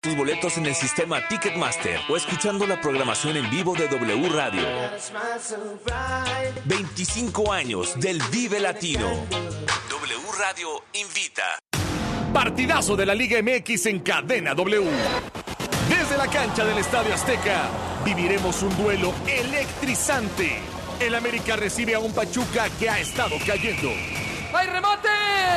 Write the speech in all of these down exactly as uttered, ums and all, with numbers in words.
tus boletos en el sistema Ticketmaster o escuchando la programación en vivo de W Radio. veinticinco años del Vive Latino. W Radio invita. Partidazo de la Liga M X en Cadena W. Desde la cancha del Estadio Azteca, viviremos un duelo electrizante. El América recibe a un Pachuca que ha estado cayendo. ¡Hay remate!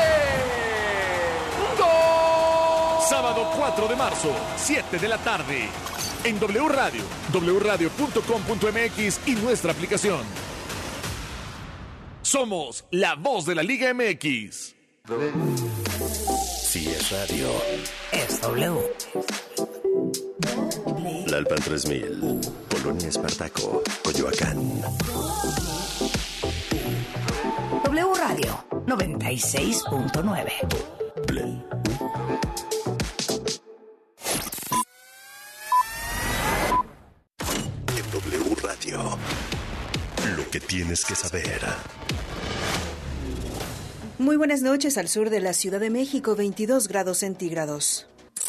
¡Gol! Sábado cuatro de marzo, siete de la tarde. En W Radio, w radio punto com punto m x y nuestra aplicación. Somos la voz de la Liga M X. Si es radio, es W. Lalpan tres mil, Polonia Espartaco, Coyoacán. W Radio noventa y seis punto nueve. Play. En W Radio, lo que tienes que saber. Muy buenas noches. Al sur de la Ciudad de México, veintidós grados centígrados.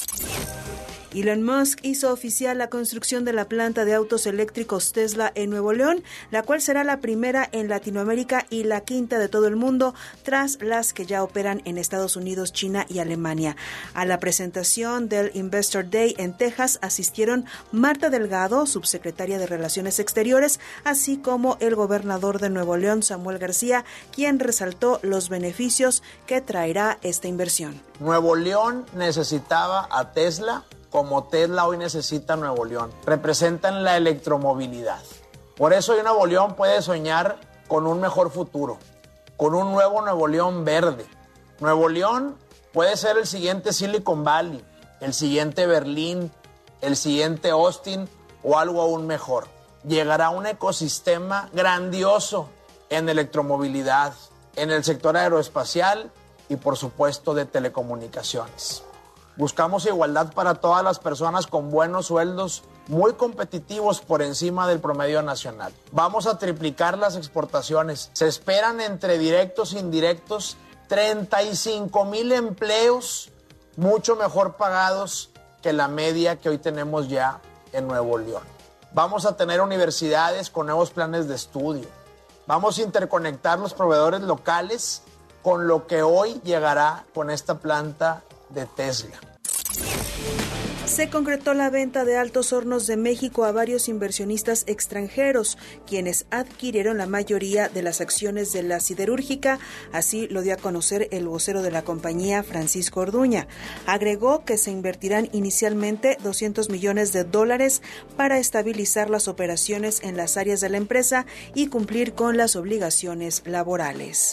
Elon Musk hizo oficial la construcción de la planta de autos eléctricos Tesla en Nuevo León, la cual será la primera en Latinoamérica y la quinta de todo el mundo, tras las que ya operan en Estados Unidos, China y Alemania. A la presentación del Investor Day en Texas asistieron Marta Delgado, subsecretaria de Relaciones Exteriores, así como el gobernador de Nuevo León, Samuel García, quien resaltó los beneficios que traerá esta inversión. Nuevo León necesitaba a Tesla como Tesla hoy necesita Nuevo León. Representan la electromovilidad. Por eso hoy Nuevo León puede soñar con un mejor futuro, con un nuevo Nuevo León verde. Nuevo León puede ser el siguiente Silicon Valley, el siguiente Berlín, el siguiente Austin o algo aún mejor. Llegará un ecosistema grandioso en electromovilidad, en el sector aeroespacial y por supuesto de telecomunicaciones. Buscamos igualdad para todas las personas con buenos sueldos, muy competitivos por encima del promedio nacional. Vamos a triplicar las exportaciones. Se esperan entre directos e indirectos treinta y cinco mil empleos, mucho mejor pagados que la media que hoy tenemos ya en Nuevo León. Vamos a tener universidades con nuevos planes de estudio. Vamos a interconectar los proveedores locales con lo que hoy llegará con esta planta de Tesla. Se concretó la venta de Altos Hornos de México a varios inversionistas extranjeros, quienes adquirieron la mayoría de las acciones de la siderúrgica. Así lo dio a conocer el vocero de la compañía, Francisco Orduña. Agregó que se invertirán inicialmente doscientos millones de dólares para estabilizar las operaciones en las áreas de la empresa y cumplir con las obligaciones laborales.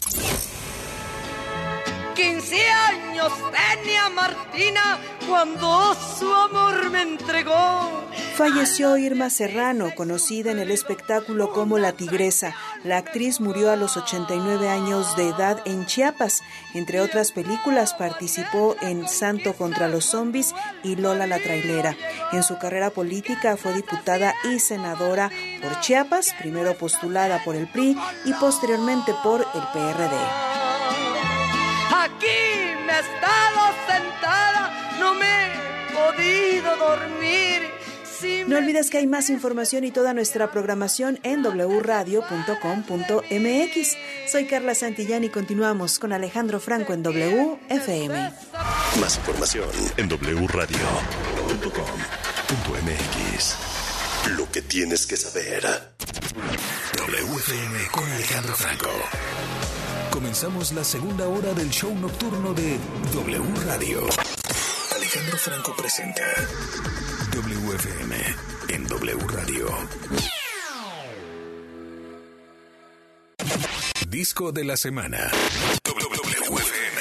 quince años tenía Martina cuando su amor me entregó. Falleció Irma Serrano, conocida en el espectáculo como La Tigresa. La actriz murió a los ochenta y nueve años de edad en Chiapas. Entre otras películas, participó en Santo contra los zombies y Lola la Trailera. En su carrera política fue diputada y senadora por Chiapas, primero postulada por el P R I y posteriormente por el P R D. Aquí me he estado sentada, no me he podido dormir. Si no olvides que hay más información y toda nuestra programación en w radio punto com punto m x. Soy Carla Santillán y continuamos con Alejandro Franco en W F M. Más información en w radio punto com punto m x. Lo que tienes que saber. W F M con Alejandro Franco. Comenzamos la segunda hora del show nocturno de W Radio. Alejandro Franco presenta W F M en W Radio. Disco de la semana. W F M.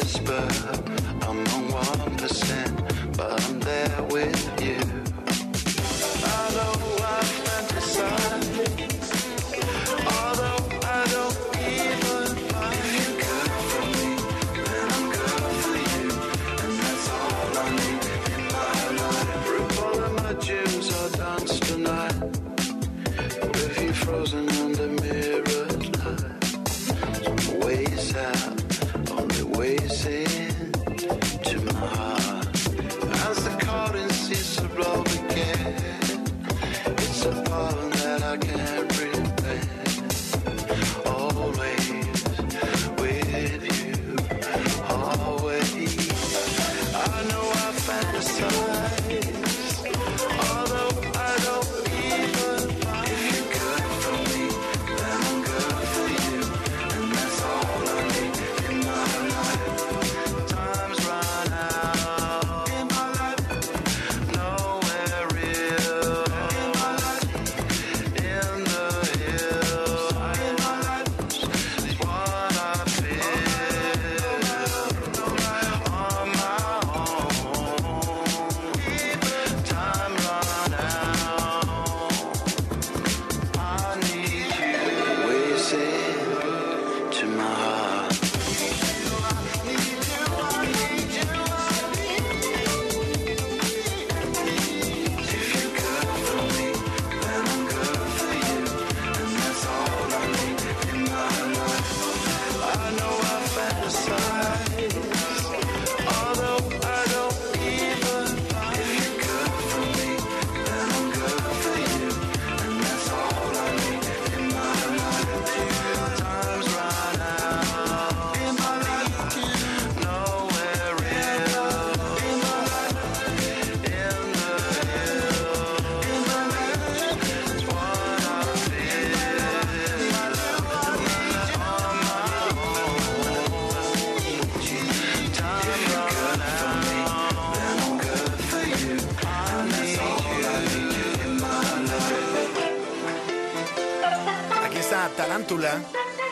whisper, I'm on one percent, but I'm there with you. I know I fantasize, although I don't even find you good for me, then I'm good for you, and that's all I need in my life. Rip all of my dreams are dance tonight, with you frozen under mirrored light. Ways out, only ways in to my heart. As the curtain ceases to blow again, it's a pollen that I can't prevent. Always with you, always. I know I fantasize, although I don't even find you good for me, then I'm good for you, and that's all I need in my life. Time's run out in my life, nowhere real in my life, in the hills in my life, is what I feel on my own. Time run out, I need you, ways into my heart. If you're good for me, then I'm good for you, and that's all I need in my life. I know I fantasize, although I don't even find. If you're good for me, then I'm good for you, and that's all I need in my life. Time's run out in my life, nowhere real in my life, in the hills in my life, is what I feel on my own. Time run out, then I'm good for you, and that's all I need in my life. Aquí está Tarántula.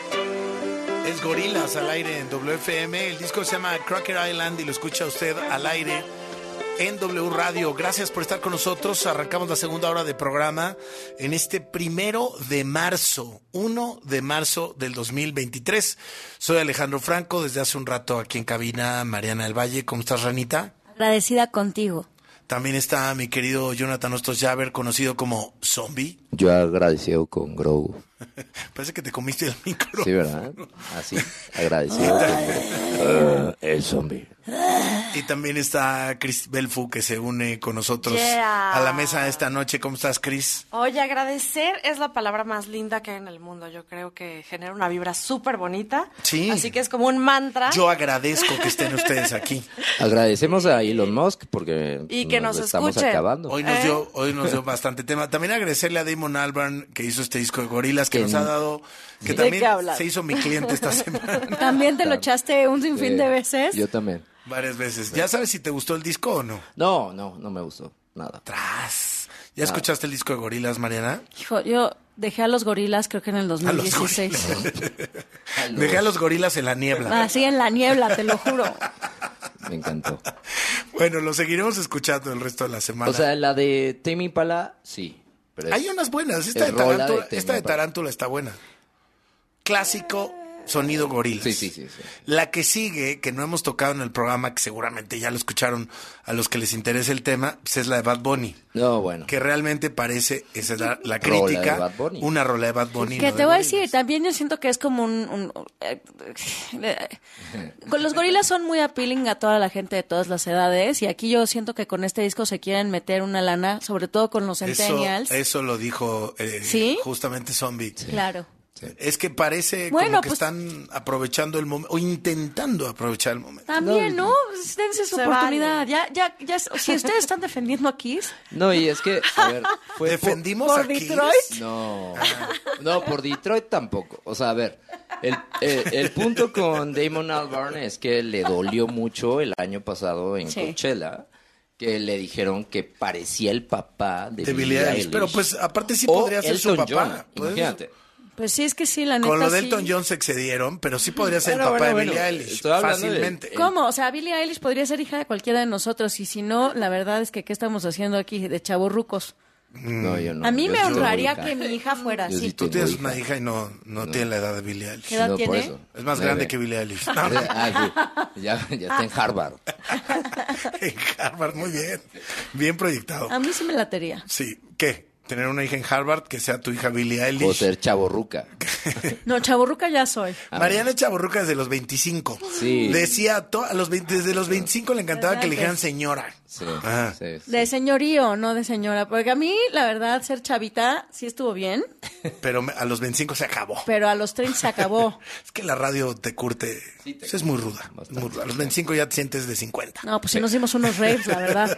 Es Gorilas al aire en W F M. El disco se llama Cracker Island y lo escucha usted al aire en W Radio. Gracias por estar con nosotros. Arrancamos la segunda hora de programa en este primero de marzo, uno de marzo del dos mil veintitrés. Soy Alejandro Franco, desde hace un rato aquí en cabina, Mariana del Valle. ¿Cómo estás, Ranita? Agradecida contigo. También está mi querido Jonathan Ostosjaber, conocido como Zombie. Yo agradecido con Grogu. Parece que te comiste el micro. Sí, ¿verdad? Así, agradecido con Grogu. Uh, el zombie. Y también está Chris Belfu, que se une con nosotros Yeah. a la mesa esta noche. ¿Cómo estás, Chris? Oye, agradecer es la palabra más linda que hay en el mundo. Yo creo que genera una vibra súper bonita. Sí. Así que es como un mantra. Yo agradezco que estén ustedes aquí. Agradecemos a Elon Musk porque Y que nos lo estamos escuchen. acabando. Hoy nos ¿Eh? dio, hoy nos dio bastante tema. También agradecerle a Damon Albarn, que hizo este disco de Gorilas, que Que nos no- ha dado, que ¿De también qué hablas? se hizo mi cliente esta semana ¿También te lo echaste un sinfín Sí, de veces? Yo también. varias veces. ¿Ya sabes si te gustó el disco o no? No, no, no me gustó nada. Tras. ¿Ya escuchaste el disco de Gorilas, Mariana? Hijo, yo dejé a los gorilas creo que en el dos mil dieciséis. Dejé a los Gorilas en la niebla. Así en la niebla, te lo juro. Me encantó. Bueno, lo seguiremos escuchando el resto de la semana. O sea, la de Tame Impala, sí. Pero es- Hay unas buenas. Esta, es de rola tarántula, Tame esta de Impala. tarántula está buena. Clásico, sonido Gorilas. Sí, sí, sí, sí. La que sigue, que no hemos tocado en el programa, que seguramente ya lo escucharon a los que les interese el tema, pues es la de Bad Bunny. No, bueno. Que realmente parece, esa es la, la Rola crítica, de Bad Bunny. una rola de Bad Bunny. Que no te de voy a Gorillaz. decir, también yo siento que es como un... un- eh, eh, con los gorilas son muy appealing a toda la gente de todas las edades y aquí yo siento que con este disco se quieren meter una lana, sobre todo con los Eso, centennials. eso lo dijo eh, ¿Sí? justamente Zombie. Claro. Es que parece Bueno, como que pues- están aprovechando el momento, o intentando aprovechar el momento. También, ¿no? Pues dense su Se oportunidad. Ya, ya, ya, si ustedes están defendiendo a Kiss, No, y es que, a ver, fue por- ¿Defendimos por a Kiss? Detroit. No, no, por Detroit tampoco. O sea, a ver, el, eh, el punto con Damon Albarn es que le dolió mucho el año pasado en Sí. Coachella, que le dijeron que parecía el papá de, De Billie Billie Eilish. Eilish. Pero pues aparte sí O podría ser su Elton papá. John, Puede- imagínate. Pues sí, es que sí, la neta. Con lo de sí. Elton John se excedieron, pero sí podría ser Bueno, el papá bueno, de Billie bueno, Eilish. estoy hablando de- Fácilmente. ¿Cómo? O sea, Billie Eilish podría ser hija de cualquiera de nosotros y si no, la verdad es que ¿qué estamos haciendo aquí de chavorrucos? No, yo no. A mí Yo me sí honraría tengo que hija. mi hija fuera Yo así. sí Tú tengo tienes hija. una hija y no, no, tiene la edad de Billie Eilish. ¿Qué edad No, por tiene? eso. Es más Nueve. grande que Billie Eilish. No, Ah, sí. Ya, ya está en Harvard. en Harvard, muy bien. Bien proyectado. A mí sí me latería. Sí. ¿Qué? Tener una hija en Harvard que sea tu hija Billie O Eilish. ser chavorruca. No, chavorruca ya soy. Mariana Chavorruca desde los veinticinco. Sí. Decía, to- a los veinte, desde los veinticinco le encantaba Desde que le dijeran antes. señora. Sí, Ajá. sí, sí. De señorío, no de señora. Porque a mí, la verdad, ser chavita sí estuvo bien, Pero me- a los veinticinco se acabó. pero a los treinta se acabó. Es que la radio te curte. Sí, te Pues es muy ruda. Es muy ruda. A los veinticinco ya te sientes de cincuenta. No, pues sí nos dimos unos raves, la verdad.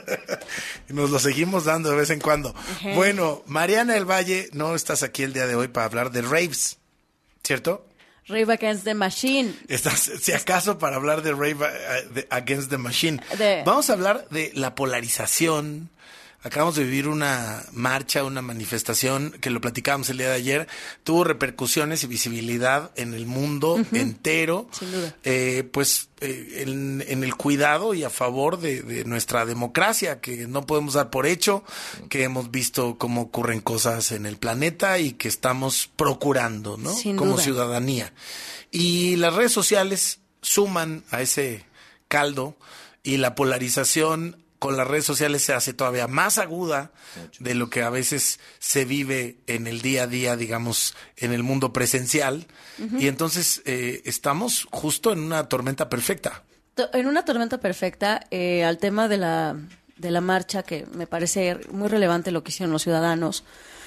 Y nos lo seguimos dando de vez en cuando. Ejé. Bueno, Mariana del Valle, no estás aquí el día de hoy para hablar de raves, ¿cierto? Rave Against the Machine. Estás, si acaso, para hablar de Rave eh, de Against the Machine. De- Vamos a hablar de la polarización. Acabamos de vivir una marcha, una manifestación que lo platicábamos el día de ayer. Tuvo repercusiones y visibilidad en el mundo entero. Sin duda. Eh, pues eh, en, en el cuidado y a favor de, de nuestra democracia, que no podemos dar por hecho, que hemos visto cómo ocurren cosas en el planeta y que estamos procurando, ¿no? Sin Como duda. ciudadanía. Y las redes sociales suman a ese caldo y la polarización con las redes sociales se hace todavía más aguda de lo que a veces se vive en el día a día, digamos, en el mundo presencial. Y entonces eh, estamos justo en una tormenta perfecta. To- En una tormenta perfecta, eh, al tema de la, de la marcha, que me parece muy relevante lo que hicieron los ciudadanos.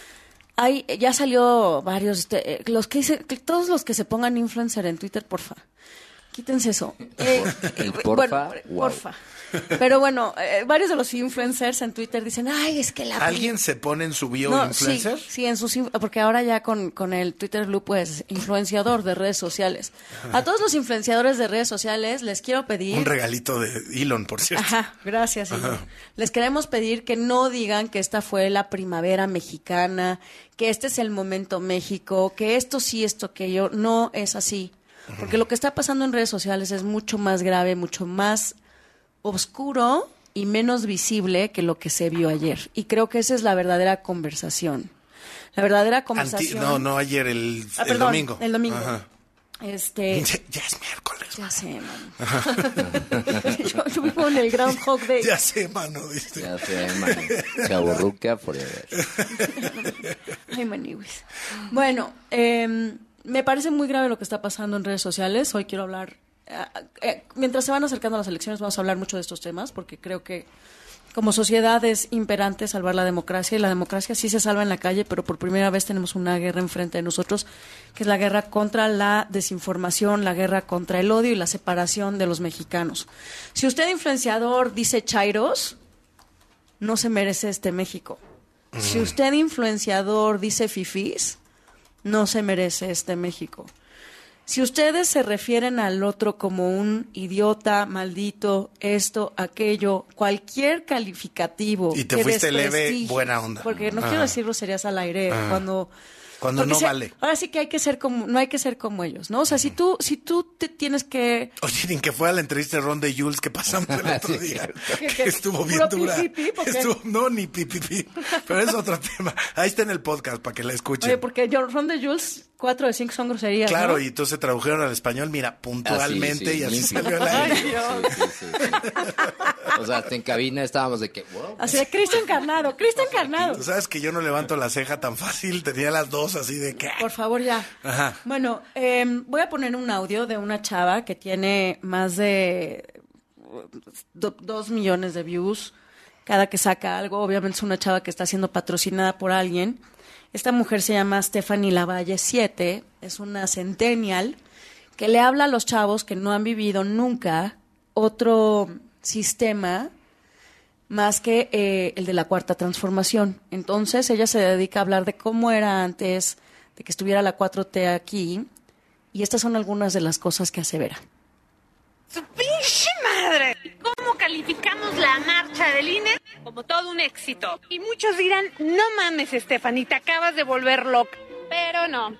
Hay, ya salió varios, este, eh, los que dice- que todos los que se pongan influencer en Twitter, porfa, quítense eso. Eh, El eh, porfa, bueno, wow. porfa. Pero bueno, eh, varios de los influencers en Twitter dicen, ay, es que la... ¿Alguien se pone en su bio No, influencer? Sí, sí, en sus, inf- porque ahora ya con, con el Twitter Blue, pues, influenciador de redes sociales. A todos los influenciadores de redes sociales les quiero pedir... Un regalito de Elon, por cierto. Ajá, gracias. Elon. Les queremos pedir que no digan que esta fue la primavera mexicana, que este es el momento México, que esto sí, esto que yo. No es así. Porque lo que está pasando en redes sociales es mucho más grave, mucho más oscuro y menos visible que lo que se vio ayer. Y creo que esa es la verdadera conversación. La verdadera Anti- conversación. no, no ayer, el, Ah, el perdón, domingo. El domingo. Ajá. Este. Ya, ya es miércoles. Ya sé, man. yo, yo vivo en el Groundhog Day. Ya sé, mano, ¿viste? Ya sé, man. Chavorruca forever. Ay, maniwis. Bueno, eh, me parece muy grave lo que está pasando en redes sociales. Hoy quiero hablar, eh, eh, mientras se van acercando las elecciones, vamos a hablar mucho de estos temas, porque creo que como sociedad es imperante salvar la democracia, y la democracia sí se salva en la calle, pero por primera vez tenemos una guerra enfrente de nosotros, que es la guerra contra la desinformación, la guerra contra el odio y la separación de los mexicanos. Si usted, influenciador, dice chairos, no se merece este México. Si usted, influenciador, dice fifís, no se merece este México. Si ustedes se refieren al otro como un idiota, maldito, esto, aquello, cualquier calificativo. Y te que fuiste leve, desprestigie, buena onda. Porque no Ajá. quiero decir groserías al aire Ajá. cuando... Cuando porque no si- vale. Ahora sí que hay que ser como, no hay que ser como ellos, ¿no? O sea, si tú, si tú te tienes que... Oye, ni que fue a la entrevista de Ron de Jules que pasamos el otro Sí, día. ¿Qué, Que qué? estuvo bien ¿Puro dura. pi, pi, pi, o qué? Estuvo- no, ni pi, pi, pi. Pero es otro tema. Ahí está en el podcast para que la escuchen. Oye, porque yo, Ron de Jules, cuatro de cinco son groserías, Claro, ¿no? y entonces se tradujeron al español, mira, puntualmente, Ah, sí, sí, y así limpio. salió al aire. Ay, Dios. Sí, sí, sí. O sea, hasta en cabina estábamos de que, wow. Así de Cristo encarnado, Cristo encarnado. Tú sabes que yo no levanto la ceja tan fácil, tenía las dos así de que... Por favor, ya. Ajá. Bueno, eh, voy a poner un audio de una chava que tiene más de do- dos millones de views cada que saca algo. Obviamente es una chava que está siendo patrocinada por alguien. Esta mujer se llama Stephanie Lavalle siete, es una centennial que le habla a los chavos que no han vivido nunca otro sistema más que eh, el de la cuarta transformación. Entonces ella se dedica a hablar de cómo era antes de que estuviera la cuatro T aquí, y estas son algunas de las cosas que asevera. ¡Su pinche madre! ¿Cómo calificamos la marcha del I N E? Como todo un éxito. Y muchos dirán, no mames, Stephanie, te acabas de volver loca. Pero no.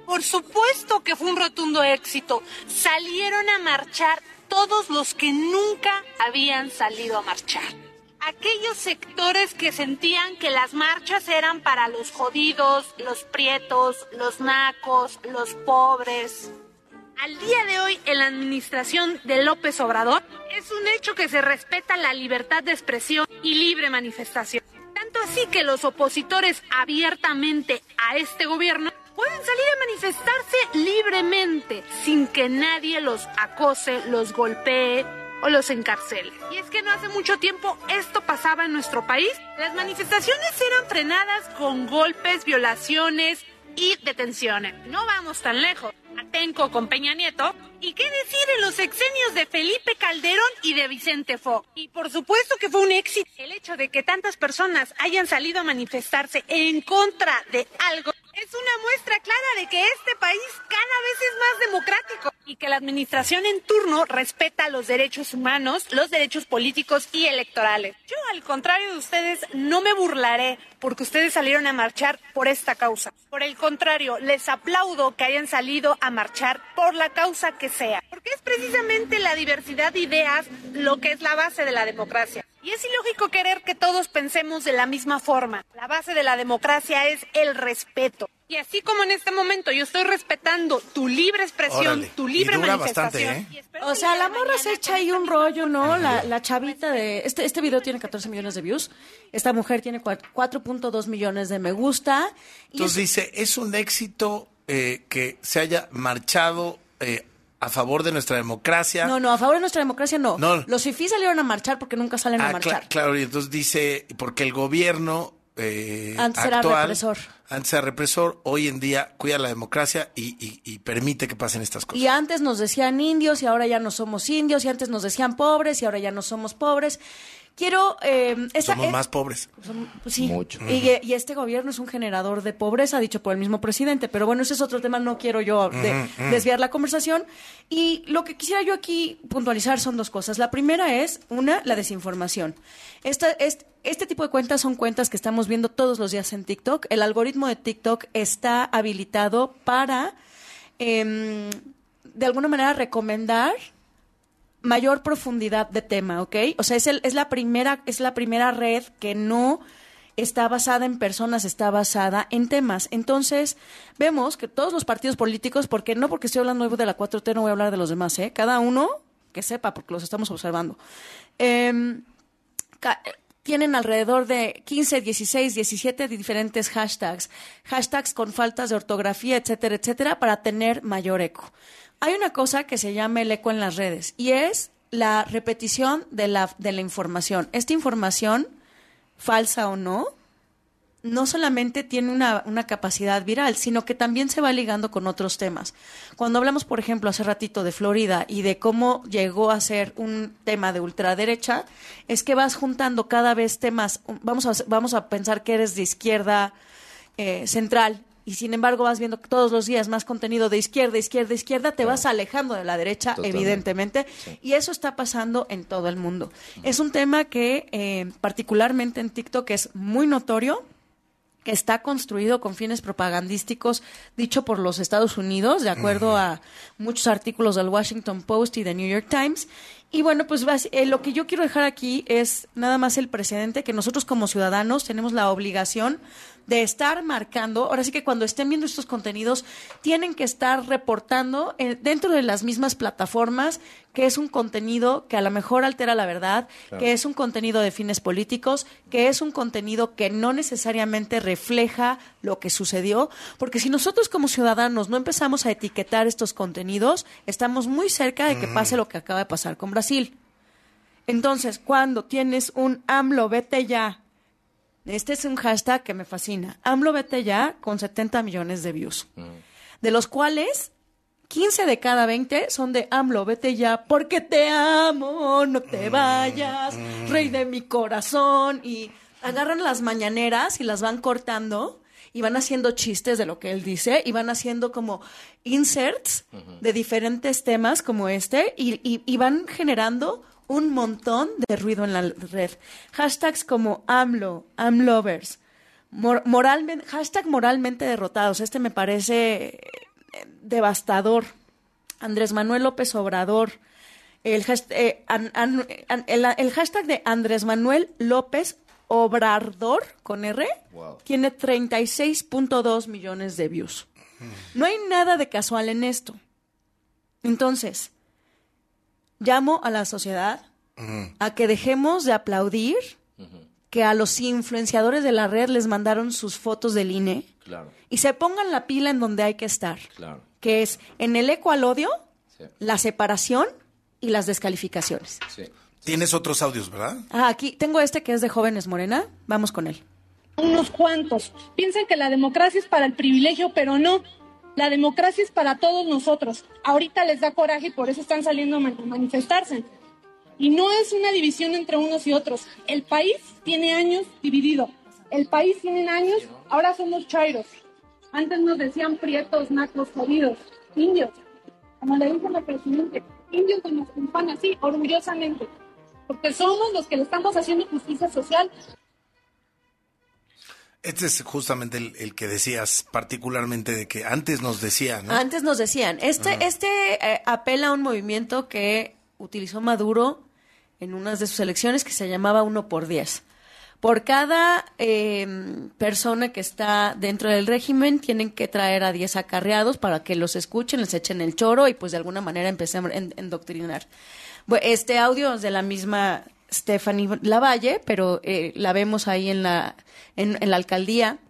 Por supuesto que fue un rotundo éxito. Salieron a marchar todos los que nunca habían salido a marchar. Aquellos sectores que sentían que las marchas eran para los jodidos, los prietos, los nacos, los pobres. Al día de hoy, en la administración de López Obrador, es un hecho que se respeta la libertad de expresión y libre manifestación. Tanto así que los opositores abiertamente a este gobierno pueden salir a manifestarse libremente, sin que nadie los acose, los golpee o los encarcele. Y es que no hace mucho tiempo esto pasaba en nuestro país. Las manifestaciones eran frenadas con golpes, violaciones y detenciones. No vamos tan lejos. Atenco con Peña Nieto. ¿Y qué decir en los sexenios de Felipe Calderón y de Vicente Fox? Y por supuesto que fue un éxito el hecho de que tantas personas hayan salido a manifestarse en contra de algo. Es una muestra clara de que este país cada vez es más democrático y que la administración en turno respeta los derechos humanos, los derechos políticos y electorales. Yo, al contrario de ustedes, no me burlaré porque ustedes salieron a marchar por esta causa. Por el contrario, les aplaudo que hayan salido a marchar por la causa que sea, porque es precisamente la diversidad de ideas lo que es la base de la democracia. Y es ilógico querer que todos pensemos de la misma forma. La base de la democracia es el respeto. Y así como en este momento yo estoy respetando tu libre expresión, Órale. tu libre Y dura manifestación. bastante, ¿eh? O sea, la morra se echa ahí un rollo, ¿no? La, la chavita de... Este, este video tiene catorce millones de views. Esta mujer tiene cuatro punto dos millones de me gusta. Y Entonces es- dice, es un éxito eh, que se haya marchado eh, a favor de nuestra democracia. No, no, a favor de nuestra democracia no. No. Los fifís salieron a marchar porque nunca salen a Ah, marchar. cla- claro, y entonces dice, porque el gobierno eh, Antes era actual, represor. antes era represor, hoy en día cuida la democracia y, y- y permite que pasen estas cosas. Y antes nos decían indios y ahora ya no somos indios, y antes nos decían pobres y ahora ya no somos pobres. Quiero... Eh, esa- Somos eh, más pobres. Son- pues sí. Mucho. Y, y este gobierno es un generador de pobreza, dicho por el mismo presidente. Pero bueno, ese es otro tema, no quiero yo de- Ujú, ujú. desviar la conversación. Y lo que quisiera yo aquí puntualizar son dos cosas. La primera es, una, la desinformación. Esta, este, este tipo de cuentas son cuentas que estamos viendo todos los días en TikTok. El algoritmo de TikTok está habilitado para, em, de alguna manera, recomendar mayor profundidad de tema, ¿ok? O sea, es, el, es, la primera, es la primera red que no está basada en personas, está basada en temas. Entonces, vemos que todos los partidos políticos, porque no porque estoy hablando de la cuatro T, no voy a hablar de los demás, ¿eh? Cada uno que sepa, porque los estamos observando. Eh, ca- tienen alrededor de quince, dieciséis, diecisiete diferentes hashtags, hashtags con faltas de ortografía, etcétera, etcétera, para tener mayor eco. Hay una cosa que se llama el eco en las redes y es la repetición de la, de la información. Esta información, falsa o no, no solamente tiene una, una capacidad viral, sino que también se va ligando con otros temas. Cuando hablamos, por ejemplo, hace ratito de Florida y de cómo llegó a ser un tema de ultraderecha, es que vas juntando cada vez temas, vamos a, vamos a pensar que eres de izquierda eh, central, y sin embargo vas viendo todos los días más contenido de izquierda, izquierda, izquierda, te vas alejando de la derecha, Totalmente. evidentemente, Sí. y eso está pasando en todo el mundo. Es un tema que eh, particularmente en TikTok es muy notorio, que está construido con fines propagandísticos, dicho por los Estados Unidos, de acuerdo a muchos artículos del Washington Post y de New York Times. Y bueno, pues bas- eh, lo que yo quiero dejar aquí es nada más el precedente, que nosotros como ciudadanos tenemos la obligación de estar marcando, ahora sí que cuando estén viendo estos contenidos, tienen que estar reportando eh, dentro de las mismas plataformas que es un contenido que a lo mejor altera la verdad, Claro. que es un contenido de fines políticos, que es un contenido que no necesariamente refleja lo que sucedió, porque si nosotros como ciudadanos no empezamos a etiquetar estos contenidos, estamos muy cerca de que pase lo que acaba de pasar con Brasil. Entonces, cuando tienes un AMLO, vete ya, este es un hashtag que me fascina, AMLO, vete ya, con setenta millones de views, de los cuales quince de cada veinte son de AMLO, vete ya, porque te amo, no te vayas, rey de mi corazón, y agarran las mañaneras y las van cortando y van haciendo chistes de lo que él dice y van haciendo como inserts de diferentes temas como este y, y, y van generando un montón de ruido en la red. Hashtags como AMLO, AMLovers, mor- moralmente, hashtag moralmente derrotados. Este me parece devastador. Andrés Manuel López Obrador. El hashtag, eh, an, an, an, el, el hashtag de Andrés Manuel López Obrador, con R, wow. tiene treinta y seis punto dos millones de views. No hay nada de casual en esto. Entonces, llamo a la sociedad uh-huh. a que dejemos de aplaudir uh-huh. que a los influenciadores de la red les mandaron sus fotos del I N E claro. y se pongan la pila en donde hay que estar, claro. que es en el eco al odio, sí. la separación y las descalificaciones. Sí. Tienes otros audios, ¿verdad? Ah, aquí tengo este que es de Jóvenes Morena. Vamos con él. Unos cuantos piensan que la democracia es para el privilegio, pero no. La democracia es para todos nosotros. Ahorita les da coraje y por eso están saliendo a manifestarse. Y no es una división entre unos y otros. El país tiene años dividido. El país tiene años, ahora somos chairos. Antes nos decían prietos, nacos, jodidos, indios. Como le dicen al presidente, indios de nuestra campana, sí, orgullosamente. Porque somos los que le estamos haciendo justicia social. Este es justamente el, el que decías particularmente de que antes nos decían, ¿no? Antes nos decían. Este, uh-huh. este eh, apela a un movimiento que utilizó Maduro en una de sus elecciones que se llamaba uno por diez. Por cada eh, persona que está dentro del régimen tienen que traer a diez acarreados para que los escuchen, les echen el choro y pues de alguna manera empecemos a endoctrinar. Este audio es de la misma Stephanie Lavalle, pero eh, la vemos ahí en la, en, en la alcaldía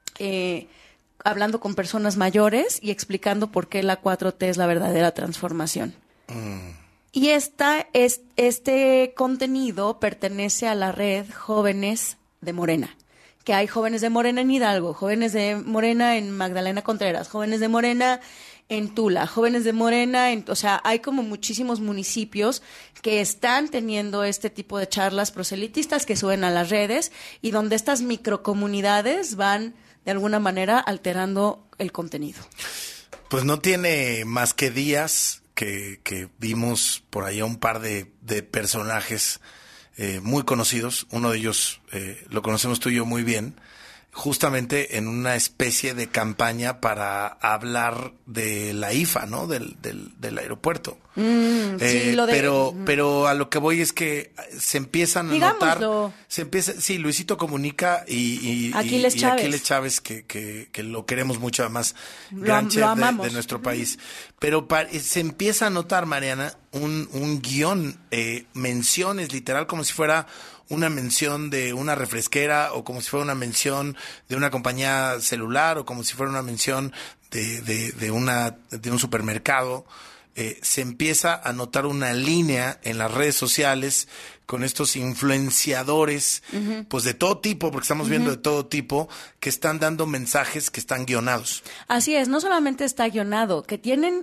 eh, hablando con personas mayores y explicando por qué la cuatro T es la verdadera transformación. Mm. Y esta, es, este contenido pertenece a la red Jóvenes de Morena, que hay jóvenes de Morena en Hidalgo, jóvenes de Morena en Magdalena Contreras, jóvenes de Morena en Tula, jóvenes de Morena, en, o sea, hay como muchísimos municipios que están teniendo este tipo de charlas proselitistas que suben a las redes y donde estas microcomunidades van de alguna manera alterando el contenido. Pues no tiene más que días que, que vimos por ahí a un par de, de personajes eh, muy conocidos, uno de ellos eh, lo conocemos tú y yo muy bien, justamente en una especie de campaña para hablar de la I F A, ¿no? Del, del, del aeropuerto. Mm, eh, sí, lo de... pero, pero a lo que voy es que se empiezan a Digámoslo. notar, se empieza, sí, Luisito Comunica y, y, Aquiles y, y Chávez. Aquiles Chávez, que, que, que lo queremos mucho, además, Lo, gran chef lo de, amamos. de nuestro país. Pero pa, se empieza a notar, Mariana, un, un guión, eh, menciones, literal, como si fuera una mención de una refresquera o como si fuera una mención de una compañía celular o como si fuera una mención de, de, de, una, de un supermercado. Eh, se empieza a notar una línea en las redes sociales con estos influenciadores, uh-huh. pues de todo tipo, porque estamos uh-huh. viendo de todo tipo, que están dando mensajes que están guionados. Así es, no solamente está guionado, que tienen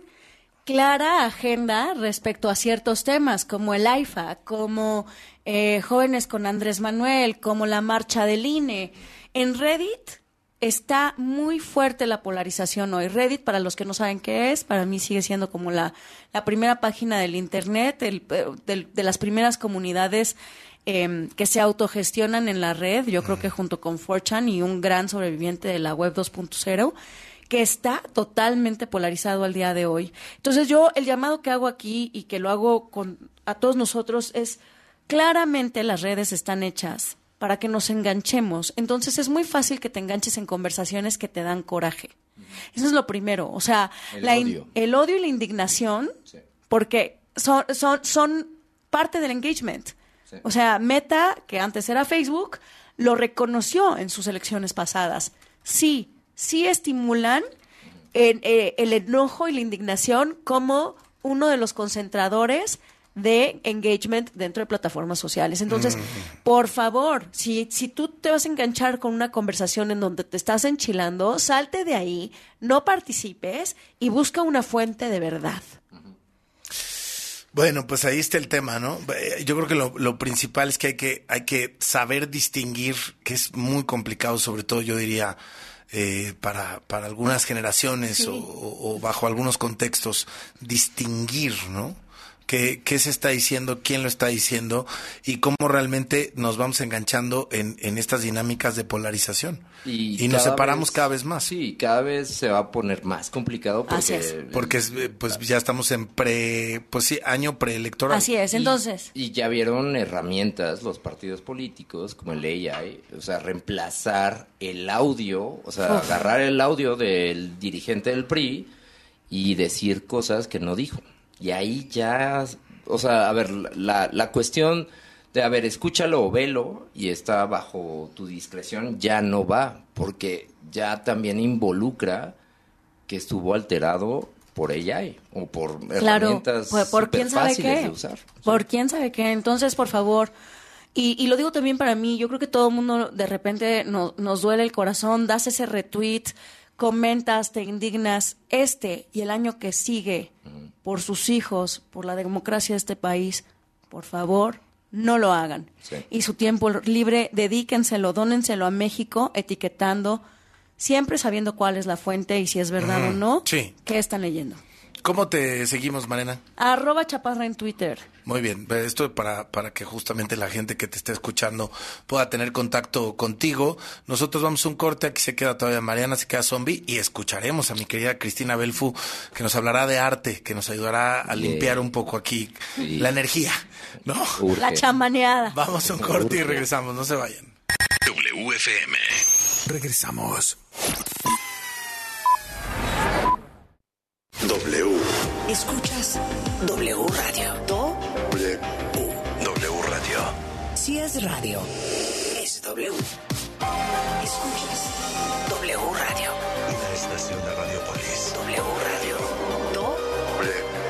clara agenda respecto a ciertos temas, como el I F A, como eh, Jóvenes con Andrés Manuel, como la marcha del I N E. En Reddit está muy fuerte la polarización hoy. Reddit, para los que no saben qué es, para mí sigue siendo como la, la primera página del Internet, el, de, de las primeras comunidades eh, que se autogestionan en la red, yo creo que junto con cuatro chan y un gran sobreviviente de la web dos punto cero, que está totalmente polarizado al día de hoy. Entonces yo, el llamado que hago aquí y que lo hago con a todos nosotros es, claramente las redes están hechas para que nos enganchemos. Entonces es muy fácil que te enganches en conversaciones que te dan coraje. Eso es lo primero. O sea, el, la odio. In, el odio y la indignación, sí. porque son, son, son parte del engagement. Sí. O sea, Meta, que antes era Facebook, lo reconoció en sus elecciones pasadas. Sí, sí estimulan el, eh, el enojo y la indignación como uno de los concentradores de engagement dentro de plataformas sociales. Entonces, mm. por favor, si, si tú te vas a enganchar con una conversación en donde te estás enchilando, salte de ahí, no participes y busca una fuente de verdad. Bueno, pues ahí está el tema, ¿no? Yo creo que lo, lo principal es que hay que hay que saber distinguir, que es muy complicado, sobre todo yo diría eh, para para algunas generaciones sí. o, o bajo algunos contextos, distinguir, ¿no? qué, qué se está diciendo, quién lo está diciendo y cómo realmente nos vamos enganchando en, en estas dinámicas de polarización. Y, y nos separamos vez, cada vez más. Sí, cada vez se va a poner más complicado porque... Así es. Porque pues ya estamos en pre, pues sí, año preelectoral. Así es, entonces... Y, y ya vieron herramientas los partidos políticos como el A I, o sea, reemplazar el audio, o sea, Uf. agarrar el audio del dirigente del P R I y decir cosas que no dijo. Y ahí ya, o sea, a ver, la, la cuestión de, a ver, escúchalo o velo y está bajo tu discreción, ya no va, porque ya también involucra que estuvo alterado por A I o por claro, herramientas por, por quién sabe fáciles qué, de usar. Por sí. quién sabe qué. Entonces, por favor, y, y lo digo también para mí, yo creo que todo el mundo de repente no, nos duele el corazón, das ese retweet, comentas, te indignas, este y el año que sigue, uh-huh. por sus hijos, por la democracia de este país, por favor, no lo hagan. Sí. Y su tiempo libre, dedíquenselo, dónenselo a México, etiquetando, siempre sabiendo cuál es la fuente y si es verdad uh-huh. o no, sí. qué están leyendo. ¿Cómo te seguimos, Mariana? Arroba Chaparra en Twitter. Muy bien, esto para, para que justamente la gente que te esté escuchando pueda tener contacto contigo. Nosotros vamos a un corte, aquí se queda todavía Mariana, se queda Zombie, y escucharemos a mi querida Cristina Belfu, que nos hablará de arte, que nos ayudará a yeah. limpiar un poco aquí sí. la energía, ¿no? Urge. La chamaneada. Vamos a un corte Urge. y regresamos, no se vayan. W F M. Regresamos. W. Escuchas W Radio. Do. W. W Radio. Si es radio, es W. Escuchas W Radio. La estación de Radiopolis. W Radio. Do. W.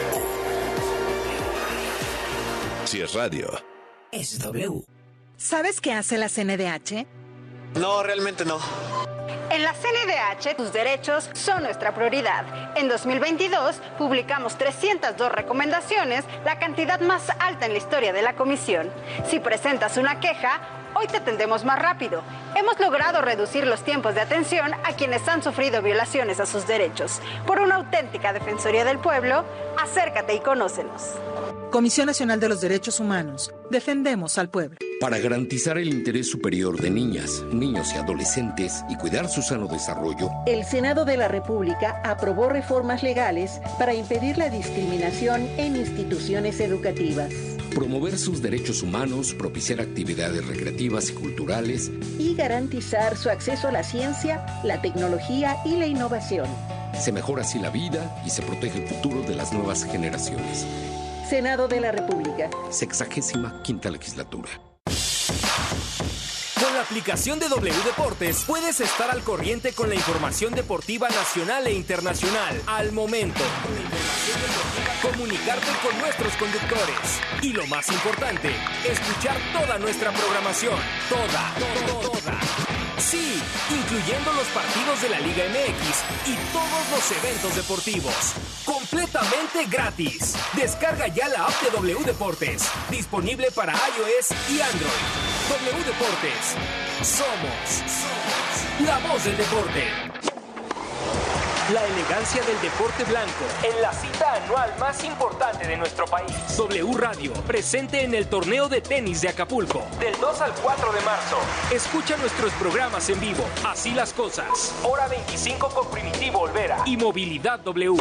Si es radio, es W. ¿Sabes qué hace la C N D H? No, realmente no. En la C N D H, tus derechos son nuestra prioridad. En dos mil veintidós, publicamos trescientas dos recomendaciones, la cantidad más alta en la historia de la comisión. Si presentas una queja, hoy te atendemos más rápido. Hemos logrado reducir los tiempos de atención a quienes han sufrido violaciones a sus derechos. Por una auténtica Defensoría del Pueblo, acércate y conócenos. Comisión Nacional de los Derechos Humanos. Defendemos al pueblo. Para garantizar el interés superior de niñas, niños y adolescentes y cuidar su sano desarrollo, el Senado de la República aprobó reformas legales para impedir la discriminación en instituciones educativas, promover sus derechos humanos, propiciar actividades recreativas y culturales y garantizar su acceso a la ciencia, la tecnología y la innovación. Se mejora así la vida y se protege el futuro de las nuevas generaciones. Senado de la República. Sexagésima quinta legislatura. Con la aplicación de W Deportes puedes estar al corriente con la información deportiva nacional e internacional al momento. Con la información deportiva, comunicarte con nuestros conductores. Y lo más importante, escuchar toda nuestra programación. Toda, toda, toda. Sí, incluyendo los partidos de la Liga M X y todos los eventos deportivos. Completamente gratis. Descarga ya la app de W Deportes. Disponible para iOS y Android. W Deportes. Somos, somos la voz del deporte. La elegancia del deporte blanco en la cita anual más importante de nuestro país. W Radio, presente en el torneo de tenis de Acapulco, del dos al cuatro de marzo. Escucha nuestros programas en vivo. Así las cosas. Hora veinticinco con Primitivo Olvera y Movilidad W.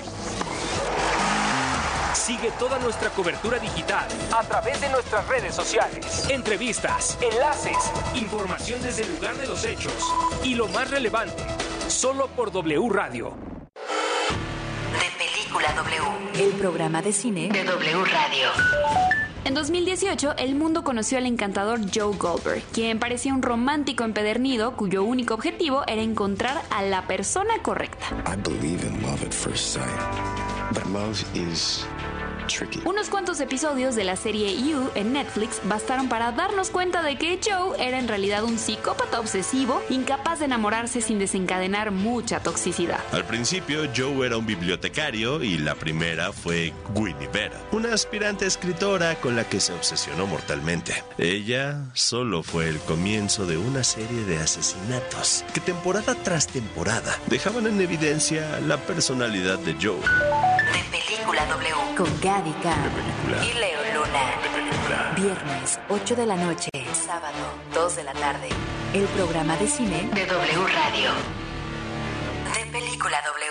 Sigue toda nuestra cobertura digital a través de nuestras redes sociales. Entrevistas, enlaces, información desde el lugar de los hechos y lo más relevante, solo por W Radio. De Película W, el programa de cine de W Radio. En dos mil dieciocho, el mundo conoció al encantador Joe Goldberg, quien parecía un romántico empedernido cuyo único objetivo era encontrar a la persona correcta. I believe in love at first sight, but love is tricky. Unos cuantos episodios de la serie You en Netflix bastaron para darnos cuenta de que Joe era en realidad un psicópata obsesivo, incapaz de enamorarse sin desencadenar mucha toxicidad. Al principio, Joe era un bibliotecario y la primera fue Winnie Vera, una aspirante escritora con la que se obsesionó mortalmente. Ella solo fue el comienzo de una serie de asesinatos que temporada tras temporada dejaban en evidencia la personalidad de Joe. De Película W. con Gavica y Leo Luna. Viernes, ocho de la noche. Sábado, dos de la tarde. El programa de cine de W Radio. De Película W.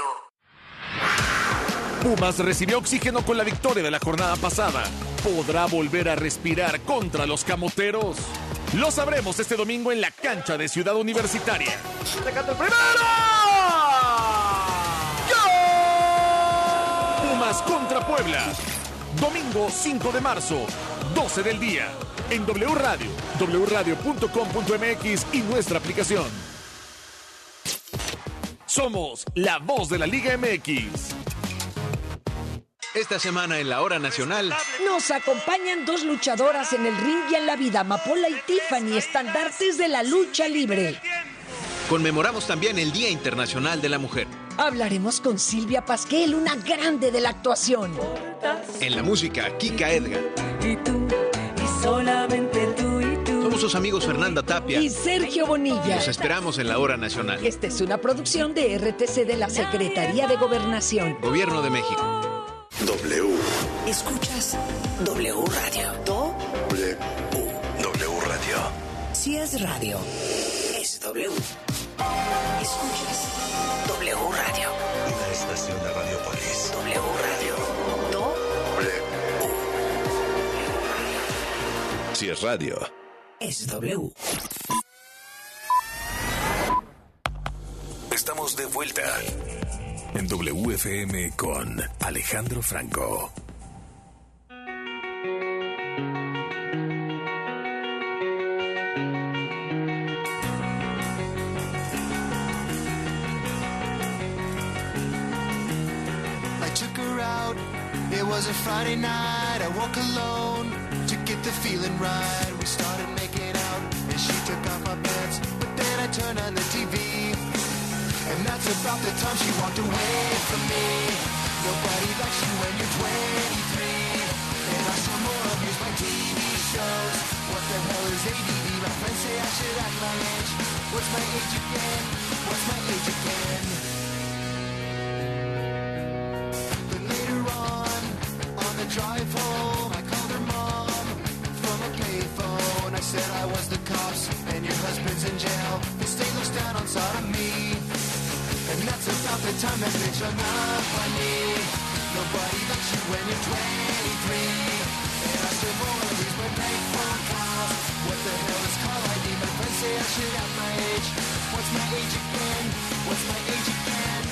Pumas recibió oxígeno con la victoria de la jornada pasada. ¿Podrá volver a respirar contra los camoteros? Lo sabremos este domingo en la cancha de Ciudad Universitaria. ¡Tecate el primero! Pumas contra Puebla. Domingo cinco de marzo, doce del día. En W Radio, w radio punto com punto m x y nuestra aplicación. Somos la voz de la Liga M X. Esta semana en la Hora Nacional nos acompañan dos luchadoras en el ring y en la vida, Amapola y Tiffany, estandartes de la lucha libre. Conmemoramos también el Día Internacional de la Mujer. Hablaremos con Silvia Pasquel, una grande de la actuación. En la música, Kika Edgar. Y tú, y solamente tú y tú. Somos sus amigos Fernanda Tapia y Sergio Bonilla. Los esperamos en la Hora Nacional. Esta es una producción de R T C de la Secretaría de Gobernación. Gobierno de México. W. Escuchas W Radio. Do. W. W Radio. Si es radio, es W. Escuchas W Radio. Una estación de Radiopolis. W Radio. Do. W. Si es radio, es W. Estamos de vuelta en W F M con Alejandro Franco. I took her out, it was a Friday night. I woke alone to get the feeling right. We started making out and she took off my pants, but then I turned on the T V. And that's about the time she walked away from me. Nobody likes you when you're twenty-three. And I saw more of use my T V shows. What the hell is A D D? My friends say I should act my age. What's my age again? What's my age again? Then later on, on the drive home, I called her mom from a payphone. I said I was the cops and your husband's in jail. The state looks down on sodomy. And that's about the time that bitch hung up on me. Nobody likes you when you're twenty-three. And I still wanna lose my bank phone calls. What the hell is call I D? My friends say I should have my age. What's my age again? What's my age again?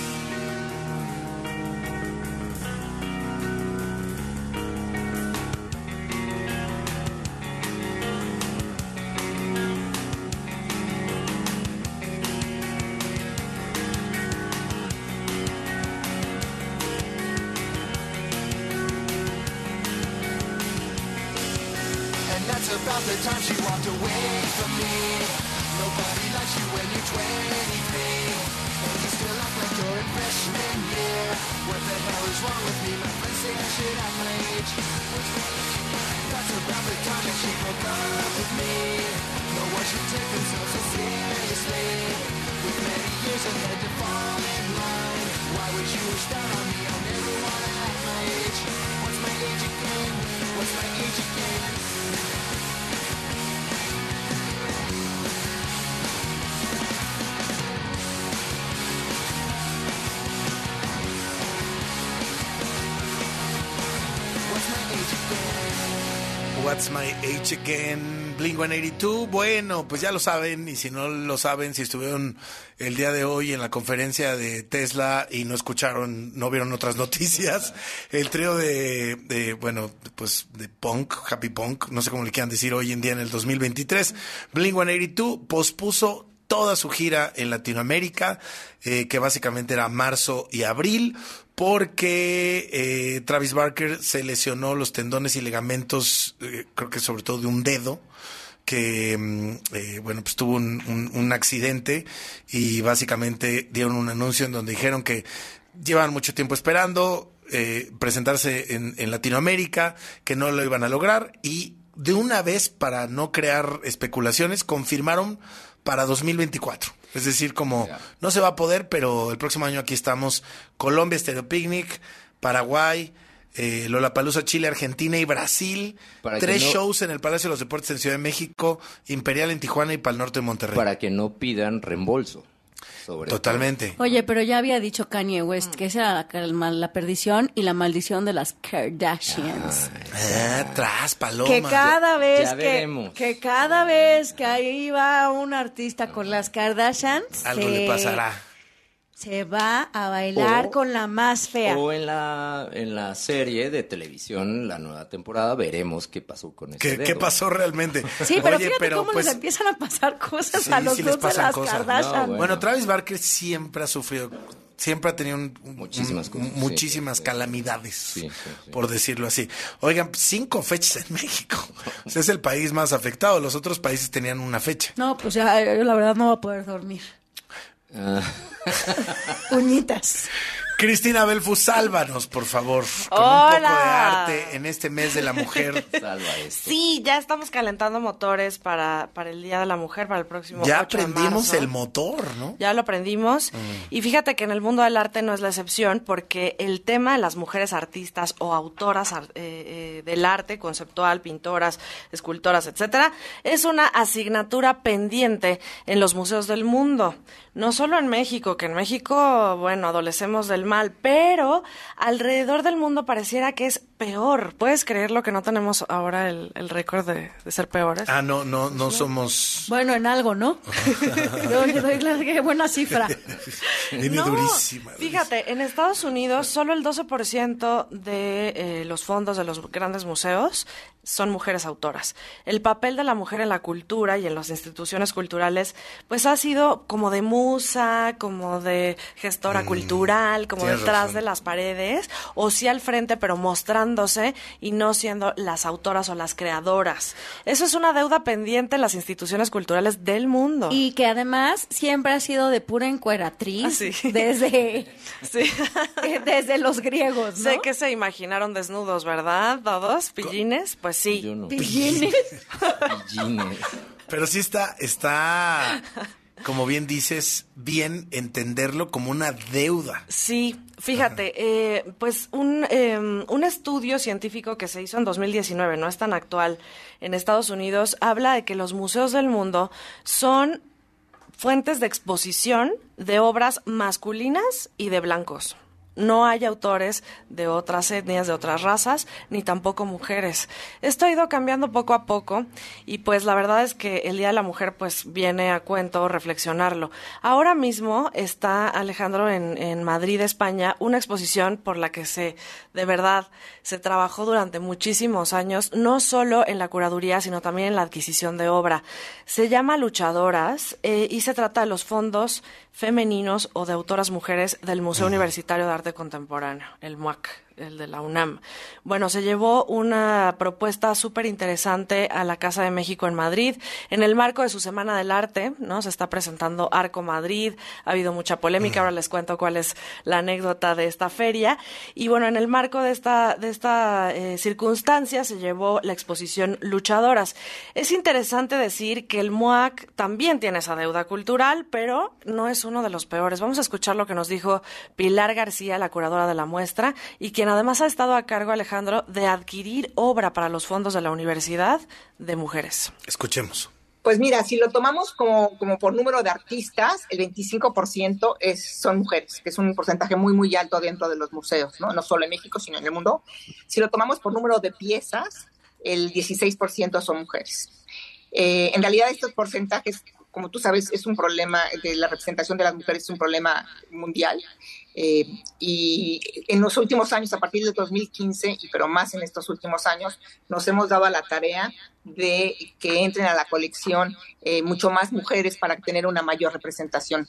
About the time she walked away from me. Nobody likes you when you're twenty-three. And you still act like you're in freshman year. What the hell is wrong with me? My friends say I should have my age. That's about the time that she broke up with me. No one should take themselves so seriously. With many years ahead to fall in line. Why would you wish that on me? I'll never wanna have my age. What's my age again? What's my age again? What's My Age Again, Blink ciento ochenta y dos. Bueno, pues ya lo saben, y si no lo saben, si estuvieron el día de hoy en la conferencia de Tesla y no escucharon, no vieron otras noticias, el trío de, de bueno, pues de punk, happy punk, no sé cómo le quieran decir hoy en día en el dos mil veintitrés, Blink ciento ochenta y dos pospuso toda su gira en Latinoamérica, eh, que básicamente era marzo y abril, porque eh, Travis Barker se lesionó los tendones y ligamentos, eh, creo que sobre todo de un dedo, que eh, bueno, pues tuvo un, un, un accidente y básicamente dieron un anuncio en donde dijeron que llevaban mucho tiempo esperando eh, presentarse en, en Latinoamérica, que no lo iban a lograr, y de una vez, para no crear especulaciones, confirmaron para dos mil veinticuatro. Es decir, como yeah. no se va a poder, pero el próximo año aquí estamos. Colombia, Stereo Picnic, Paraguay, eh, Lollapalooza, Chile, Argentina y Brasil. Para Tres no, shows en el Palacio de los Deportes en Ciudad de México, Imperial en Tijuana y Pal Norte en Monterrey. Para que no pidan reembolso. Sobre Totalmente. Todo. Oye, pero ya había dicho Kanye West que esa era la, la perdición y la maldición de las Kardashians. Ah, tras paloma. Que cada vez ya que, veremos. que cada vez que ahí va un artista con las Kardashians, algo se, le pasará. Se va a bailar O- con la más fea. O en la, en la serie de televisión, la nueva temporada, veremos qué pasó con ese ¿Qué, dedo. ¿Qué pasó realmente? Sí, pero Oye, fíjate pero, cómo pues, les empiezan a pasar cosas sí, a los sí les dos de pasan las cosas. Kardashian. No, bueno. Bueno, Travis Barker siempre ha sufrido, siempre ha tenido un- un- Muchísimas cosas, muchísimas sí, sí, calamidades, sí, sí, sí. por decirlo así. Oigan, cinco fechas en México. O sea, es el país más afectado. Los otros países tenían una fecha. No, pues ya, yo la verdad no voy a poder dormir. Ah. Uñitas. Cristina Belfus, sálvanos, por favor, con Hola. un poco de arte en este mes de la mujer. Salva esto. Sí, ya estamos calentando motores para, para el Día de la Mujer, para el próximo Ya ocho de aprendimos marzo. el motor, ¿no? Ya lo aprendimos. Y fíjate que en el mundo del arte no es la excepción, porque el tema de las mujeres artistas o autoras ar- eh, eh, del arte, conceptual, pintoras, escultoras, etcétera, es una asignatura pendiente en los museos del mundo. No solo en México, que en México, bueno, adolecemos del mal, pero alrededor del mundo pareciera que es peor. ¿Puedes creerlo que no tenemos ahora el, el récord de, de ser peores? Ah, no, no, no somos... Bueno, en algo, ¿no? Yo le doy la qué buena cifra. Viene No, durísima. fíjate, en Estados Unidos solo el doce por ciento de eh, los fondos de los grandes museos son mujeres autoras. El papel de la mujer en la cultura y en las instituciones culturales, pues ha sido como de musa, como de gestora Mm, cultural, como tienes detrás razón. de las paredes, o sí al frente, pero mostrándose y no siendo las autoras o las creadoras. Eso es una deuda pendiente en las instituciones culturales del mundo. Y que además siempre ha sido de pura encueratriz Ah, sí. desde, Sí. desde los griegos, ¿no? Sé que se imaginaron desnudos, ¿verdad? Todos, pillines, pues sí. Yo no. Pillines. Pillines. Pero sí está, está, como bien dices, bien entenderlo como una deuda. Sí, fíjate, eh, pues un, eh, un estudio científico que se hizo en dos mil diecinueve, no es tan actual, en Estados Unidos, habla de que los museos del mundo son fuentes de exposición de obras masculinas y de blancos. No hay autores de otras etnias, de otras razas, ni tampoco mujeres. Esto ha ido cambiando poco a poco y pues la verdad es que el Día de la Mujer pues viene a cuento reflexionarlo. Ahora mismo está, Alejandro, en, en Madrid, España, una exposición por la que se, de verdad, se trabajó durante muchísimos años, no solo en la curaduría, sino también en la adquisición de obra. Se llama Luchadoras eh, y se trata de los fondos femeninos o de autoras mujeres del Museo Universitario de Arte Contemporáneo, el M U A C, el de la UNAM. Bueno, se llevó una propuesta súper interesante a la Casa de México en Madrid. En el marco de su Semana del Arte, ¿no? Se está presentando Arco Madrid, ha habido mucha polémica, ahora les cuento cuál es la anécdota de esta feria. Y bueno, en el marco de esta, de esta eh, circunstancia se llevó la exposición Luchadoras. Es interesante decir que el M U A C también tiene esa deuda cultural, pero no es uno de los peores. Vamos a escuchar lo que nos dijo Pilar García, la curadora de la muestra, y quien además ha estado a cargo, Alejandro, de adquirir obra para los fondos de la Universidad de Mujeres. Escuchemos. Pues mira, si lo tomamos como, como por número de artistas, el veinticinco por ciento es, son mujeres, que es un porcentaje muy, muy alto dentro de los museos, ¿no? No solo en México, sino en el mundo. Si lo tomamos por número de piezas, el dieciséis por ciento son mujeres. Eh, en realidad estos porcentajes, como tú sabes, es un problema, de la representación de las mujeres es un problema mundial. Eh, y en los últimos años, a partir del dos mil quince, y pero más en estos últimos años, nos hemos dado a la tarea de que entren a la colección eh, mucho más mujeres para tener una mayor representación.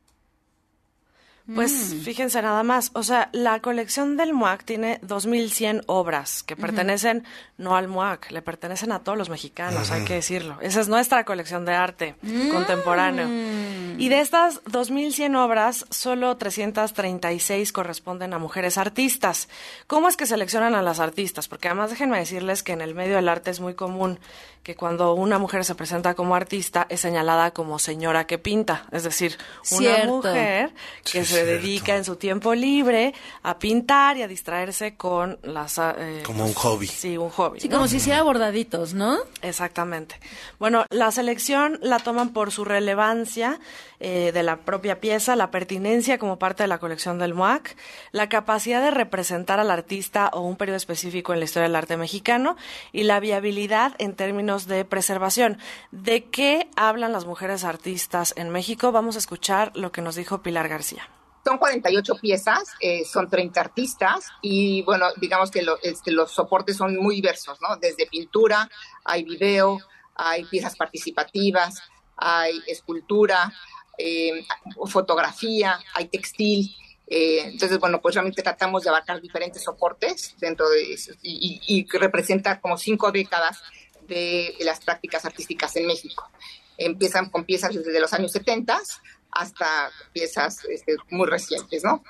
Pues Mm. fíjense nada más, o sea, la colección del M U A C tiene dos mil cien obras que Ujú. pertenecen no al M U A C, le pertenecen a todos los mexicanos, Ujú. hay que decirlo. Esa es nuestra colección de arte Mm. contemporáneo. Y de estas dos mil cien obras, solo trescientas treinta y seis corresponden a mujeres artistas. ¿Cómo es que seleccionan a las artistas? Porque además déjenme decirles que en el medio del arte es muy común que cuando una mujer se presenta como artista es señalada como señora que pinta, es decir, una Cierto. mujer que Sí, se se dedica en su tiempo libre a pintar y a distraerse con las... Eh, como un hobby. Sí, un hobby. Sí, ¿no? como si hiciera bordaditos, ¿no? Exactamente. Bueno, la selección la toman por su relevancia eh, de la propia pieza, la pertinencia como parte de la colección del M O A C, la capacidad de representar al artista o un periodo específico en la historia del arte mexicano y la viabilidad en términos de preservación. ¿De qué hablan las mujeres artistas en México? Vamos a escuchar lo que nos dijo Pilar García. Son cuarenta y ocho piezas, eh, son treinta artistas y bueno, digamos que lo, este, los soportes son muy diversos, ¿no? Desde pintura, hay video, hay piezas participativas, hay escultura, eh, fotografía, hay textil. Eh, entonces, bueno, pues realmente tratamos de abarcar diferentes soportes dentro de eso y, y, y representar como cinco décadas de las prácticas artísticas en México. Empiezan con piezas desde los años setenta hasta piezas este, muy recientes, ¿no?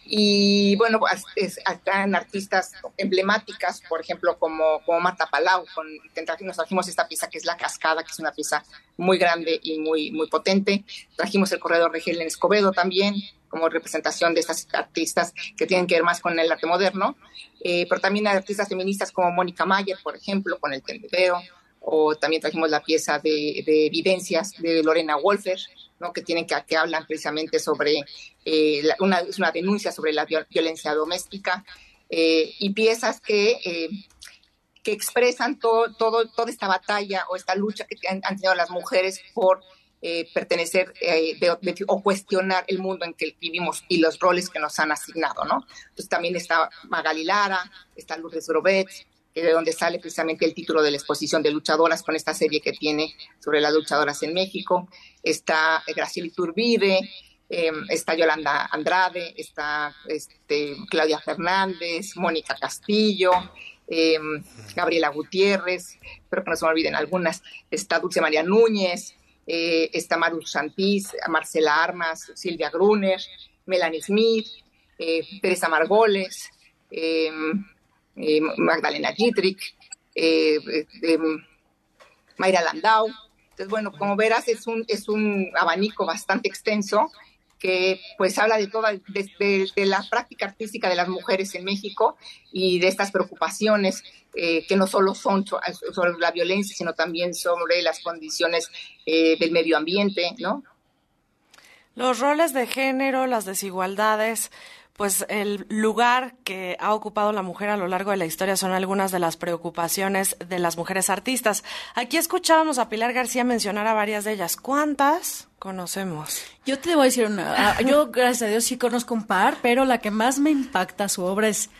Y bueno, están artistas emblemáticas, por ejemplo, como, como Marta Palau, con, nos trajimos esta pieza que es La Cascada, que es una pieza muy grande y muy, muy potente. Trajimos el Corredor de Helen Escobedo también, como representación de estas artistas que tienen que ver más con el arte moderno, eh, pero también hay artistas feministas como Mónica Mayer, por ejemplo, con el tendedero, o también trajimos la pieza de, de Evidencias de Lorena Wolfer, ¿no? que tienen que, que hablan precisamente sobre eh, la, una, es una denuncia sobre la viol- violencia doméstica, eh, y piezas que, eh, que expresan todo, todo, toda esta batalla o esta lucha que han, han tenido las mujeres por eh, pertenecer eh, de, de, o cuestionar el mundo en que vivimos y los roles que nos han asignado, ¿no? Entonces también está Magali Lara, está Lourdes Grobet, de donde sale precisamente el título de la exposición de luchadoras con esta serie que tiene sobre las luchadoras en México. Está Graciela Iturbide, eh, está Yolanda Andrade, está este, Claudia Fernández, Mónica Castillo, eh, Gabriela Gutiérrez, espero que no se me olviden algunas, está Dulce María Núñez, eh, está Maru Santís, Marcela Armas, Silvia Gruner, Melanie Smith, eh, Teresa Margoles, eh, Eh, Magdalena Gittrich, eh, eh, Mayra Landau. Entonces, bueno, como verás, es un, es un abanico bastante extenso que pues habla de toda de, de, de la práctica artística de las mujeres en México y de estas preocupaciones eh, que no solo son sobre la violencia, sino también sobre las condiciones eh, del medio ambiente, ¿no? Los roles de género, las desigualdades, pues el lugar que ha ocupado la mujer a lo largo de la historia son algunas de las preocupaciones de las mujeres artistas. Aquí escuchábamos a Pilar García mencionar a varias de ellas. ¿Cuántas conocemos? Yo te voy a decir una. Yo, gracias a Dios, sí conozco un par, pero la que más me impacta su obra es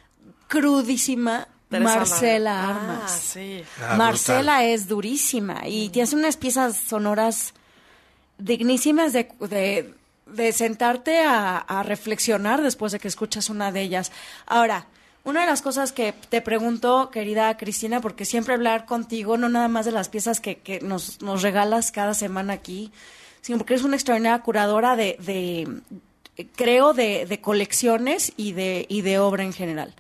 crudísima. Teresa Marcela Mar- Armas. Ah, sí. Ah, Marcela brutal. Es durísima y mm. tiene unas piezas sonoras dignísimas de... de de sentarte a, a reflexionar después de que escuchas una de ellas. Ahora, una de las cosas que te pregunto, querida Cristina, porque siempre hablar contigo, no nada más de las piezas que, que nos, nos regalas cada semana aquí, sino porque eres una extraordinaria curadora de, de creo, de, de colecciones y de, y de obra en general.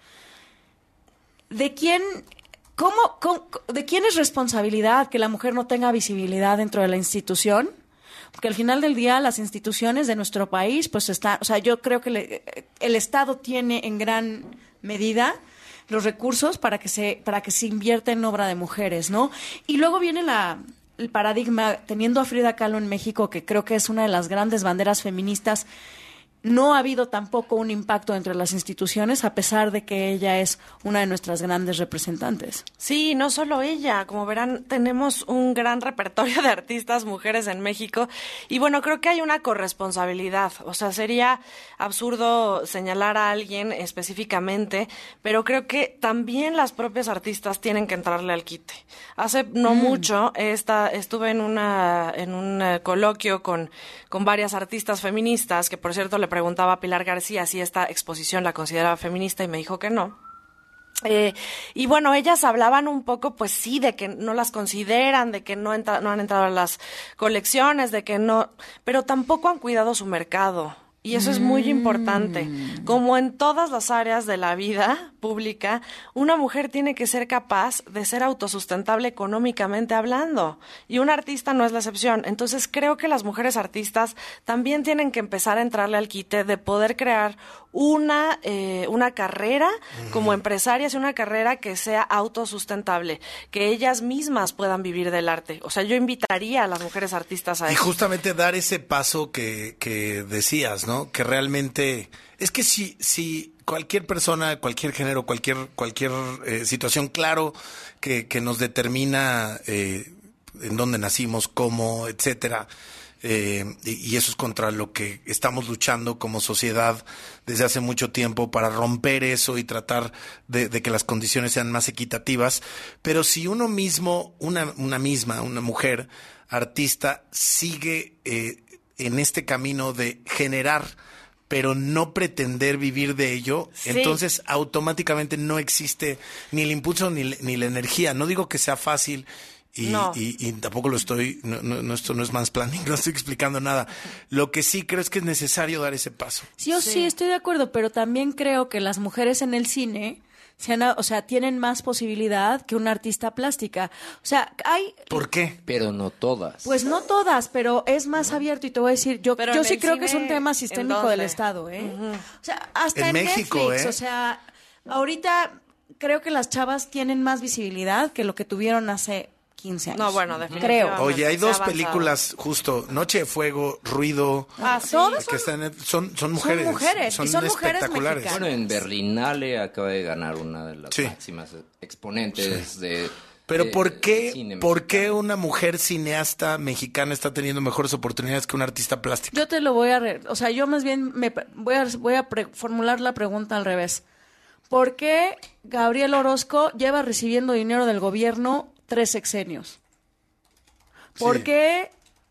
¿De quién, cómo, cómo, de quién es responsabilidad que la mujer no tenga visibilidad dentro de la institución? Porque al final del día las instituciones de nuestro país, pues están, o sea, yo creo que le, el Estado tiene en gran medida los recursos para que se para que se invierta en obra de mujeres, ¿no? Y luego viene la el paradigma, teniendo a Frida Kahlo en México, que creo que es una de las grandes banderas feministas. No ha habido tampoco un impacto entre las instituciones, a pesar de que ella es una de nuestras grandes representantes. Sí, no solo ella. Como verán, tenemos un gran repertorio de artistas mujeres en México. Y bueno, creo que hay una corresponsabilidad. O sea, sería absurdo señalar a alguien específicamente, pero creo que también las propias artistas tienen que entrarle al quite. Hace no mm. mucho esta, estuve en, una, en un uh, coloquio con, con varias artistas feministas, que por cierto le preguntaba a Pilar García si esta exposición la consideraba feminista y me dijo que no. Eh, y bueno, ellas hablaban un poco, pues sí, de que no las consideran, de que no, entra, no han entrado a las colecciones, de que no, pero tampoco han cuidado su mercado. Y eso es muy importante. Como en todas las áreas de la vida, pública, una mujer tiene que ser capaz de ser autosustentable económicamente hablando, y un artista no es la excepción. Entonces creo que las mujeres artistas también tienen que empezar a entrarle al quite de poder crear una, eh, una carrera como empresarias, y una carrera que sea autosustentable, que ellas mismas puedan vivir del arte. O sea, yo invitaría a las mujeres artistas a Y eso. justamente dar ese paso que, que decías, ¿no? Que realmente... Es que si, si cualquier persona, cualquier género, cualquier, cualquier eh, situación, claro, que, que nos determina eh, en dónde nacimos, cómo, etcétera, eh, y, y eso es contra lo que estamos luchando como sociedad desde hace mucho tiempo para romper eso y tratar de, de que las condiciones sean más equitativas. Pero si uno mismo, una, una misma, una mujer artista, sigue eh, en este camino de generar, pero no pretender vivir de ello, Sí. entonces automáticamente no existe ni el impulso ni, ni la energía. No digo que sea fácil y, No. y, y tampoco lo estoy, no, no, no, esto no es mansplaining, no estoy explicando nada. Lo que sí creo es que es necesario dar ese paso. Sí, yo sí. sí estoy de acuerdo, pero también creo que las mujeres en el cine... Se han, o sea, tienen más posibilidad que una artista plástica. O sea, hay... ¿Por qué? Pero no todas. Pues no todas, pero es más abierto. Y te voy a decir, yo, Pero yo en sí el creo que es un cine, tema ¿en sistémico dónde? del Estado, ¿eh? Ujú. O sea, hasta En en, México, Netflix. ¿eh? O sea, ahorita creo que las chavas tienen más visibilidad que lo que tuvieron hace quince años. No, bueno, definitivamente. Creo. Oye, hay Se ha dos avanzado. películas, justo, Noche de Fuego, Ruido, Ah, sí. Todas que están en- son, son mujeres. mujeres, y son mujeres espectaculares. mexicanas. Bueno, en Berlinale acaba de ganar una de las Sí. máximas exponentes de... Pero de- ¿por del qué, cine ¿por qué mexicano. una mujer cineasta mexicana está teniendo mejores oportunidades que un artista plástico? Yo te lo voy a... Re- o sea, yo más bien me pre- voy a, voy a pre- formular la pregunta al revés. ¿Por qué Gabriel Orozco lleva recibiendo dinero del gobierno tres sexenios? ¿Por Sí. qué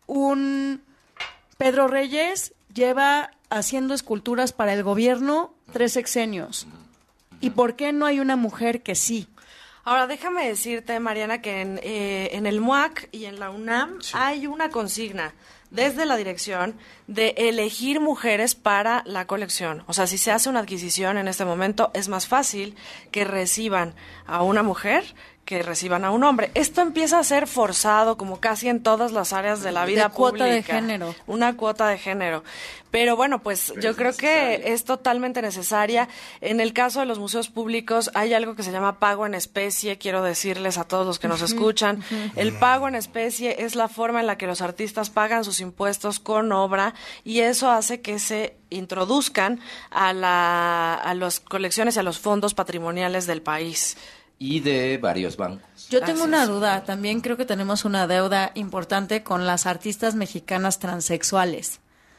un Pedro Reyes lleva haciendo esculturas para el gobierno tres sexenios? ¿Y por qué no hay una mujer que sí? Ahora, déjame decirte, Mariana, que en, eh, en el M U A C y en la UNAM hay una consigna desde la dirección de elegir mujeres para la colección. O sea, si se hace una adquisición en este momento, es más fácil que reciban a una mujer que reciban a un hombre. Esto empieza a ser forzado, como casi en todas las áreas de la vida De cuota de pública. género. Una cuota de género. Pero bueno, pues yo creo que es totalmente necesaria. En el caso de los museos públicos hay algo que se llama pago en especie, quiero decirles a todos los que nos Ujú, escuchan. ujú. El pago en especie es la forma en la que los artistas pagan sus impuestos con obra, y eso hace que se introduzcan a, la, a las colecciones y a los fondos patrimoniales del país. Y de varios bancos. Yo tengo Así una es. duda. También creo que tenemos una deuda importante con las artistas mexicanas transexuales.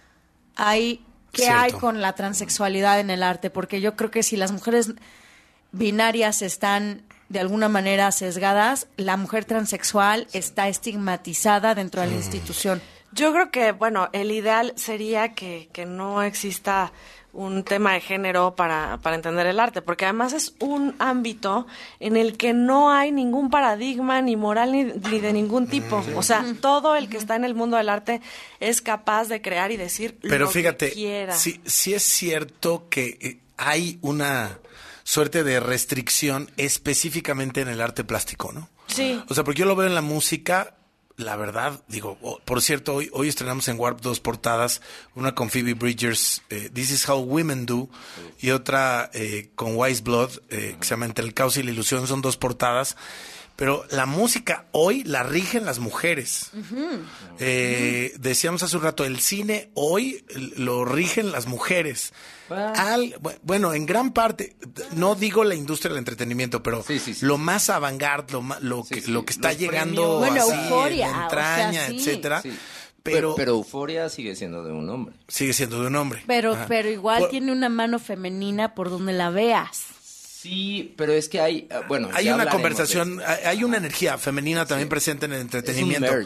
Hay, ¿Qué Cierto. hay con la transexualidad en el arte? Porque yo creo que si las mujeres binarias están de alguna manera sesgadas, la mujer transexual está estigmatizada dentro de la institución. Yo creo que, bueno, el ideal sería que, que no exista un tema de género para, para entender el arte, porque además es un ámbito en el que no hay ningún paradigma ni moral ni, ni de ningún tipo. O sea, todo el que está en el mundo del arte es capaz de crear y decir Pero lo fíjate, que quiera. sí, sí es cierto que eh, hay una suerte de restricción específicamente en el arte plástico, ¿no? Sí. O sea, porque yo lo veo en la música, la verdad, digo, oh, por cierto, hoy, hoy estrenamos en Warp dos portadas, una con Phoebe Bridgers, eh, This is How Women Do, y otra eh, con Wise Blood, eh, que se llama Entre el Caos y la Ilusión, son dos portadas. Pero la música hoy la rigen las mujeres. Eh, decíamos hace un rato, el cine hoy lo rigen las mujeres. Al, bu- bueno, en gran parte, no digo la industria del entretenimiento, pero lo más avant-garde, lo, ma- lo, que, lo que está Los llegando premios. así, Bueno, Euphoria, en o sea, entraña, sí. etcétera. Sí. Pero, Pero, pero Euforia sigue siendo de un hombre. sigue siendo de un hombre. Pero, Ajá. pero igual Por- tiene una mano femenina por donde la veas. Sí, pero es que hay, ah, bueno, Hay ya una hablaremos de conversación, eso. hay hay una energía femenina también presente en el entretenimiento. merch.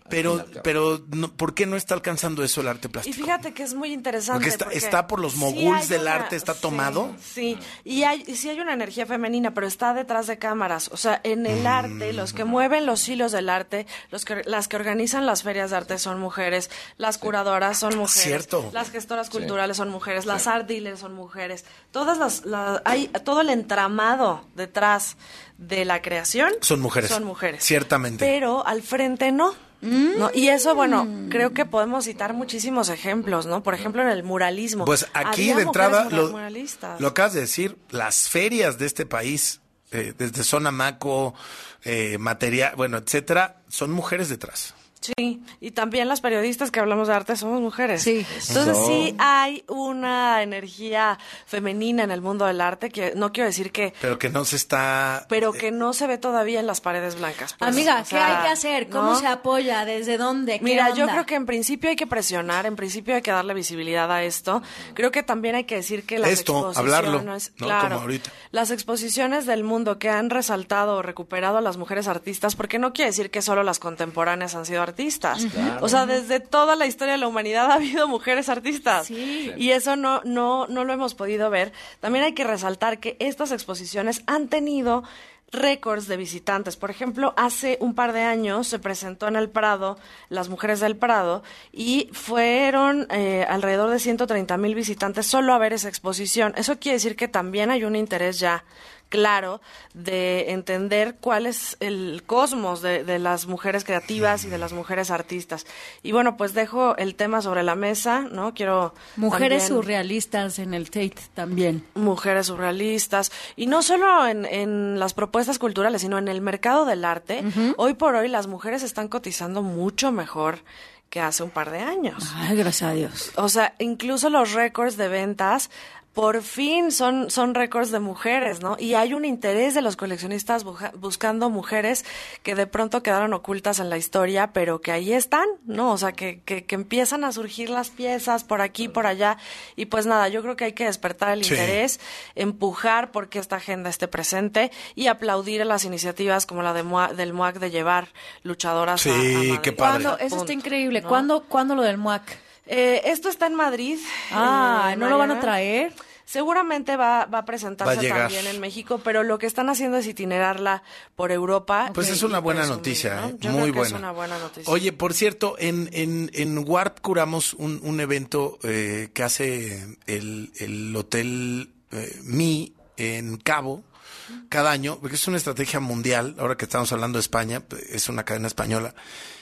Pero, pero no, ¿por qué no está alcanzando eso el arte Y plástico? fíjate que es muy interesante. Porque está, porque está por los sí moguls hay del una- arte, está tomado. Sí, y hay, y sí hay una energía femenina, pero está detrás de cámaras. O sea, en el arte, los que mueven los hilos del arte, los que, las que organizan las ferias de arte son mujeres, las curadoras son mujeres, Cierto. las gestoras Sí. culturales son mujeres, las art dealers son mujeres. Todas las, la- hay todo el entramado detrás de la creación Son mujeres. Son mujeres. Ciertamente. Pero al frente no. ¿No? Y eso, bueno, creo que podemos citar muchísimos ejemplos, ¿no? Por ejemplo, en el muralismo. Pues aquí Había de entrada, mujeres lo, muralistas. lo acabas de decir, las ferias de este país, eh, desde Zona Maco, eh, material, bueno, etcétera, son mujeres detrás. Sí, y también las periodistas que hablamos de arte somos mujeres. Sí. Entonces Eso. sí hay una energía femenina en el mundo del arte, que no quiero decir que, Pero que no se está... pero que no se ve todavía en las paredes blancas. pues. Amiga, O ¿qué sea, hay que hacer? ¿Cómo ¿no? se apoya? ¿Desde dónde? ¿Qué Mira, yo onda? creo que en principio hay que presionar, en principio hay que darle visibilidad a esto. Creo que también hay que decir que las Esto, exposiciones, hablarlo, ¿no? claro, Como ahorita. las exposiciones del mundo que han resaltado o recuperado a las mujeres artistas, porque no quiere decir que solo las contemporáneas han sido artistas. Claro. O sea, desde toda la historia de la humanidad ha habido mujeres artistas. Sí. Y eso no, no, no lo hemos podido ver. También hay que resaltar que estas exposiciones han tenido récords de visitantes. Por ejemplo, hace un par de años se presentó en el Prado, Las Mujeres del Prado, y fueron eh, alrededor de ciento treinta mil visitantes solo a ver esa exposición. Eso quiere decir que también hay un interés ya claro de entender cuál es el cosmos de, de las mujeres creativas y de las mujeres artistas. Y bueno, pues dejo el tema sobre la mesa, ¿no? Quiero Mujeres también- surrealistas en el Tate también. mujeres surrealistas, y no solo en, en las propuestas culturales, sino en el mercado del arte. Hoy por hoy las mujeres están cotizando mucho mejor que hace un par de años. Ay, gracias a Dios. O sea, incluso los récords de ventas por fin son, son récords de mujeres, ¿no? Y hay un interés de los coleccionistas buja- buscando mujeres que de pronto quedaron ocultas en la historia, pero que ahí están, ¿no? O sea, que, que, que empiezan a surgir las piezas por aquí, por allá. Y pues nada, yo creo que hay que despertar el Sí. interés, empujar porque esta agenda esté presente y aplaudir a las iniciativas como la de Mua- del M U A C de llevar luchadoras Sí, a, a Madrid. qué padre. ¿Cuándo? Eso Punto, está increíble. ¿no? ¿Cuándo, ¿Cuándo lo del M U A C? Eh, esto está en Madrid. Ah, eh, ¿no lo van a Mariana. traer? Seguramente va, va a presentarse Va a llegar. también en México, pero lo que están haciendo es itinerarla por Europa. Pues es y una buena presumir, noticia, ¿no? ¿eh? Yo Muy creo que buena. es una buena noticia. Oye, por cierto, en, en, en Warp curamos un, un evento eh, que hace el, el Hotel eh, Mi en Cabo cada año, porque es una estrategia mundial, ahora que estamos hablando de España, es una cadena española,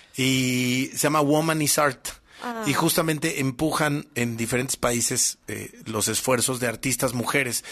y se llama Woman is Art. Ah. Y justamente empujan en diferentes países eh, los esfuerzos de artistas mujeres.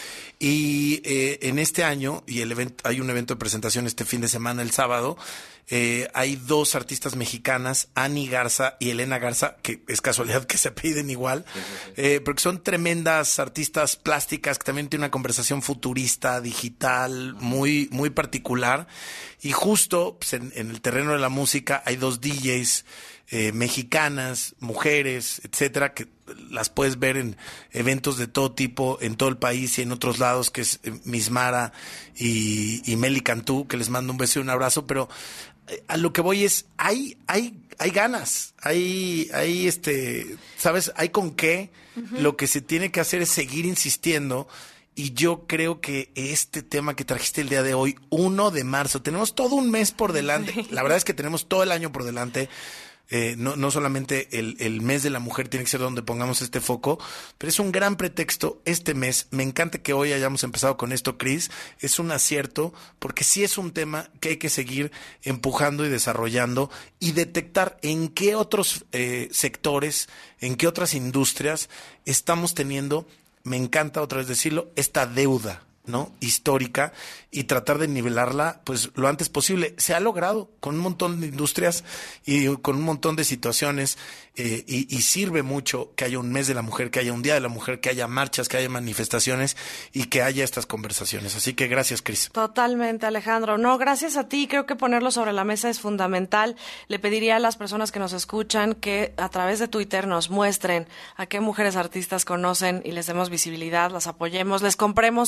Y eh, en este año, y el evento, hay un evento de presentación este fin de semana, el sábado, eh, hay dos artistas mexicanas, Ani Garza y Elena Garza, que es casualidad que se piden igual, eh, porque son tremendas artistas plásticas que también tienen una conversación futurista, digital, muy, muy particular. Y justo pues, en, en el terreno de la música hay dos D Js eh, mexicanas, mujeres, etcétera, que las puedes ver en eventos de todo tipo en todo el país y en otros lados, que es eh, Miss Mara y, y Meli Cantú, que les mando un beso y un abrazo, pero eh, a lo que voy es, hay, hay, hay ganas, hay, hay este, ¿sabes? Hay con qué. Uh-huh. Lo que se tiene que hacer es seguir insistiendo. Y yo creo que este tema que trajiste el día de hoy, uno de marzo, tenemos todo un mes por delante. La verdad es que tenemos todo el año por delante. Eh, no, no solamente el, el mes de la mujer tiene que ser donde pongamos este foco, pero es un gran pretexto este mes. Me encanta que hoy hayamos empezado con esto, Cris. Es un acierto, porque sí es un tema que hay que seguir empujando y desarrollando y detectar en qué otros eh, sectores, en qué otras industrias estamos teniendo, me encanta otra vez decirlo, esta deuda, ¿no? Histórica, y tratar de nivelarla pues lo antes posible. Se ha logrado con un montón de industrias y con un montón de situaciones eh, y, y sirve mucho que haya un mes de la mujer, que haya un día de la mujer, que haya marchas, que haya manifestaciones y que haya estas conversaciones. Así que gracias, Cris. Totalmente, Alejandro. No, gracias a ti. Creo que ponerlo sobre la mesa es fundamental. Le pediría a las personas que nos escuchan que a través de Twitter nos muestren a qué mujeres artistas conocen y les demos visibilidad, las apoyemos, les compremos su obra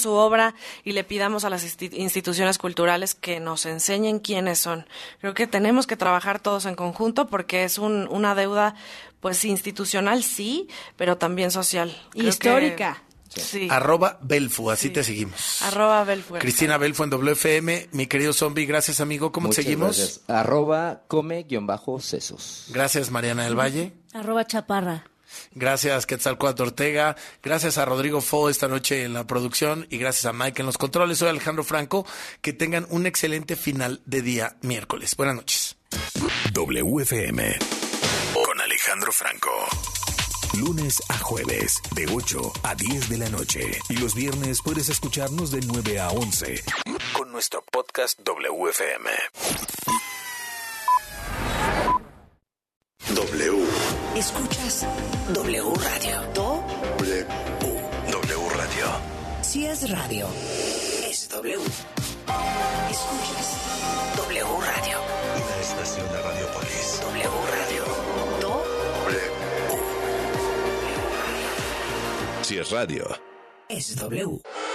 ahora y le pidamos a las insti- instituciones culturales que nos enseñen quiénes son. Creo que tenemos que trabajar todos en conjunto porque es un, una deuda pues institucional sí, pero también social. Creo Histórica. que- Sí. Arroba Belfu, así Sí. te seguimos. Arroba Belfu. Cristina Belfu en W F M, mi querido zombie, gracias amigo. ¿Cómo te Muchas seguimos? gracias. Arroba come-sesos. Gracias Mariana del Valle. Arroba Chaparra. Gracias Quetzalcóatl Ortega. Gracias a Rodrigo Fo esta noche en la producción y gracias a Mike en los controles. Soy Alejandro Franco. Que tengan un excelente final de día miércoles. Buenas noches. W F M con Alejandro Franco. Lunes a jueves, de ocho a diez de la noche. Y los viernes puedes escucharnos de nueve a once con nuestro podcast W F M. W. Escuchas W Radio. Do. W. W Radio. Si es radio, es W. Escuchas W Radio. Una estación de Radiopolis. W Radio. Do. W. Si es radio, es W.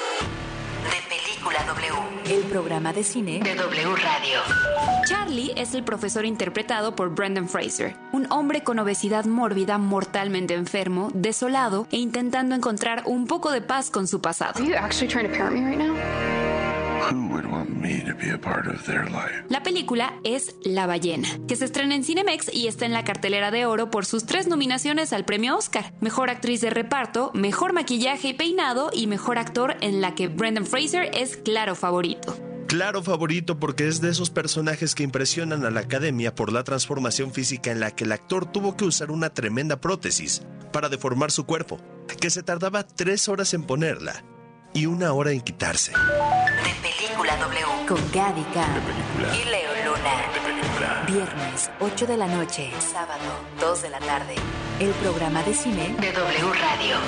De Película W, el programa de cine de W Radio. Charlie es el profesor interpretado por Brendan Fraser, un hombre con obesidad mórbida, mortalmente enfermo, desolado e intentando encontrar un poco de paz con su pasado. Are you actually trying to parent me right now? Who would want me to be a part of their life? La película es La ballena, que se estrena en Cinemex y está en la cartelera de oro por sus tres nominaciones al premio Oscar: Mejor Actriz de Reparto, Mejor Maquillaje y Peinado y Mejor Actor, en la que Brendan Fraser es claro favorito. Claro favorito porque es de esos personajes que impresionan a la academia por la transformación física en la que el actor tuvo que usar una tremenda prótesis para deformar su cuerpo, que se tardaba tres horas en ponerla y una hora en quitarse. De Película W, con Gaby Khan y Leo Luna. de película. Viernes, ocho de la noche, sábado, dos de la tarde. El programa de cine de W Radio.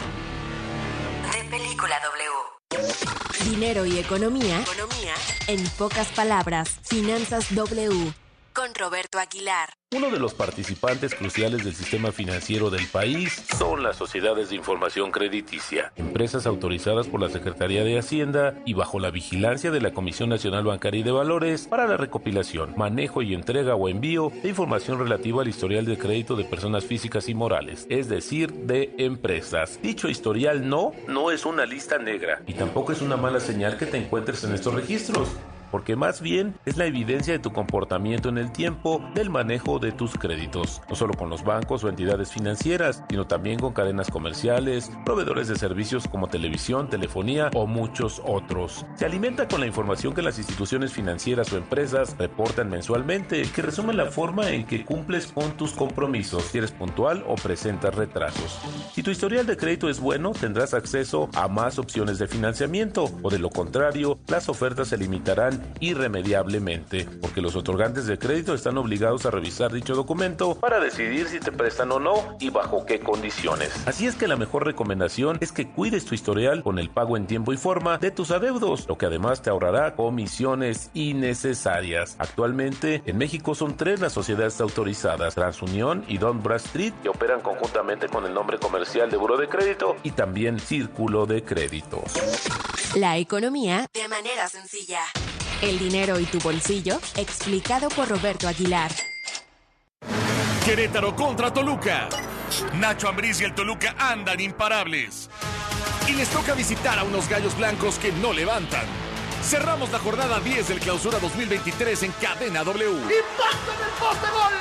De Película W. Dinero y economía. Economía. En pocas palabras, Finanzas W. Con Roberto Aguilar. Uno de los participantes cruciales del sistema financiero del país son las sociedades de información crediticia, empresas autorizadas por la Secretaría de Hacienda y bajo la vigilancia de la Comisión Nacional Bancaria y de Valores para la recopilación, manejo y entrega o envío de información relativa al historial de crédito de personas físicas y morales, es decir, de empresas. Dicho historial no, no es una lista negra y tampoco es una mala señal que te encuentres en estos registros, porque más bien es la evidencia de tu comportamiento en el tiempo del manejo de tus créditos, no solo con los bancos o entidades financieras, sino también con cadenas comerciales, proveedores de servicios como televisión, telefonía o muchos otros. Se alimenta con la información que las instituciones financieras o empresas reportan mensualmente, que resumen la forma en que cumples con tus compromisos, si eres puntual o presentas retrasos. Si tu historial de crédito es bueno, tendrás acceso a más opciones de financiamiento, o de lo contrario, las ofertas se limitarán irremediablemente, porque los otorgantes de crédito están obligados a revisar dicho documento para decidir si te prestan o no y bajo qué condiciones. Así es que la mejor recomendación es que cuides tu historial con el pago en tiempo y forma de tus adeudos, lo que además te ahorrará comisiones innecesarias. Actualmente, en México son tres las sociedades autorizadas: TransUnión y Dun Bradstreet, que operan conjuntamente con el nombre comercial de Buró de Crédito y también Círculo de Créditos. La economía de manera sencilla. El dinero y tu bolsillo, explicado por Roberto Aguilar. Querétaro contra Toluca. Nacho Ambriz y el Toluca andan imparables. Y les toca visitar a unos gallos blancos que no levantan. Cerramos la jornada diez del Clausura dos mil veintitrés en Cadena W. ¡Impacto en el poste, gol!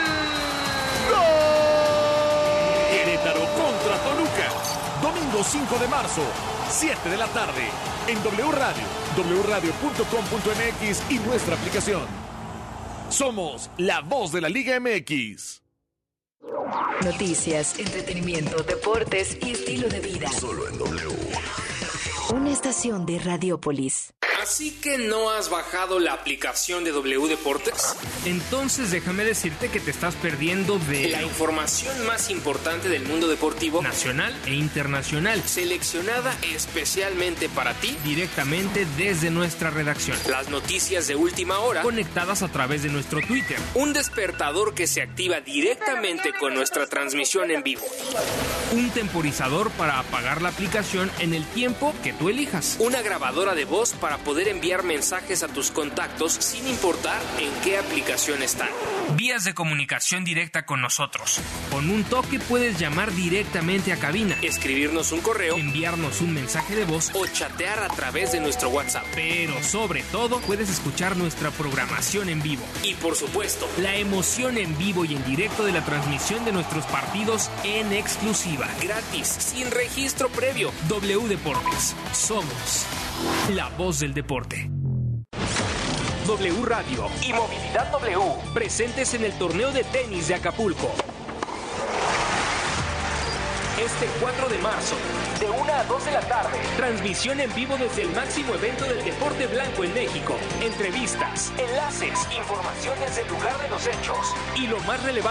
Querétaro contra Toluca. Domingo cinco de marzo, siete de la tarde. En W Radio, w radio punto com punto m x y nuestra aplicación. Somos la voz de la Liga M X. Noticias, entretenimiento, deportes y estilo de vida. Solo en W. Una estación de Radiopolis. ¿Así que no has bajado la aplicación de W Deportes? Entonces déjame decirte que te estás perdiendo de la información más importante del mundo deportivo nacional e internacional, seleccionada especialmente para ti directamente desde nuestra redacción. Las noticias de última hora conectadas a través de nuestro Twitter. Un despertador que se activa directamente con nuestra transmisión en vivo. Un temporizador para apagar la aplicación en el tiempo que tú elijas. Una grabadora de voz para poder enviar mensajes a tus contactos sin importar en qué aplicación están. Vías de comunicación directa con nosotros. Con un toque puedes llamar directamente a cabina, escribirnos un correo, enviarnos un mensaje de voz o chatear a través de nuestro WhatsApp. Pero sobre todo puedes escuchar nuestra programación en vivo. Y por supuesto, la emoción en vivo y en directo de la transmisión de nuestros partidos en exclusiva, gratis, sin registro previo. W Deportes. Somos la voz del deporte. W Radio y Movilidad W, presentes en el torneo de tenis de Acapulco. Este cuatro de marzo, de una a dos de la tarde, transmisión en vivo desde el máximo evento del deporte blanco en México. Entrevistas, enlaces, informaciones del lugar de los hechos y lo más relevante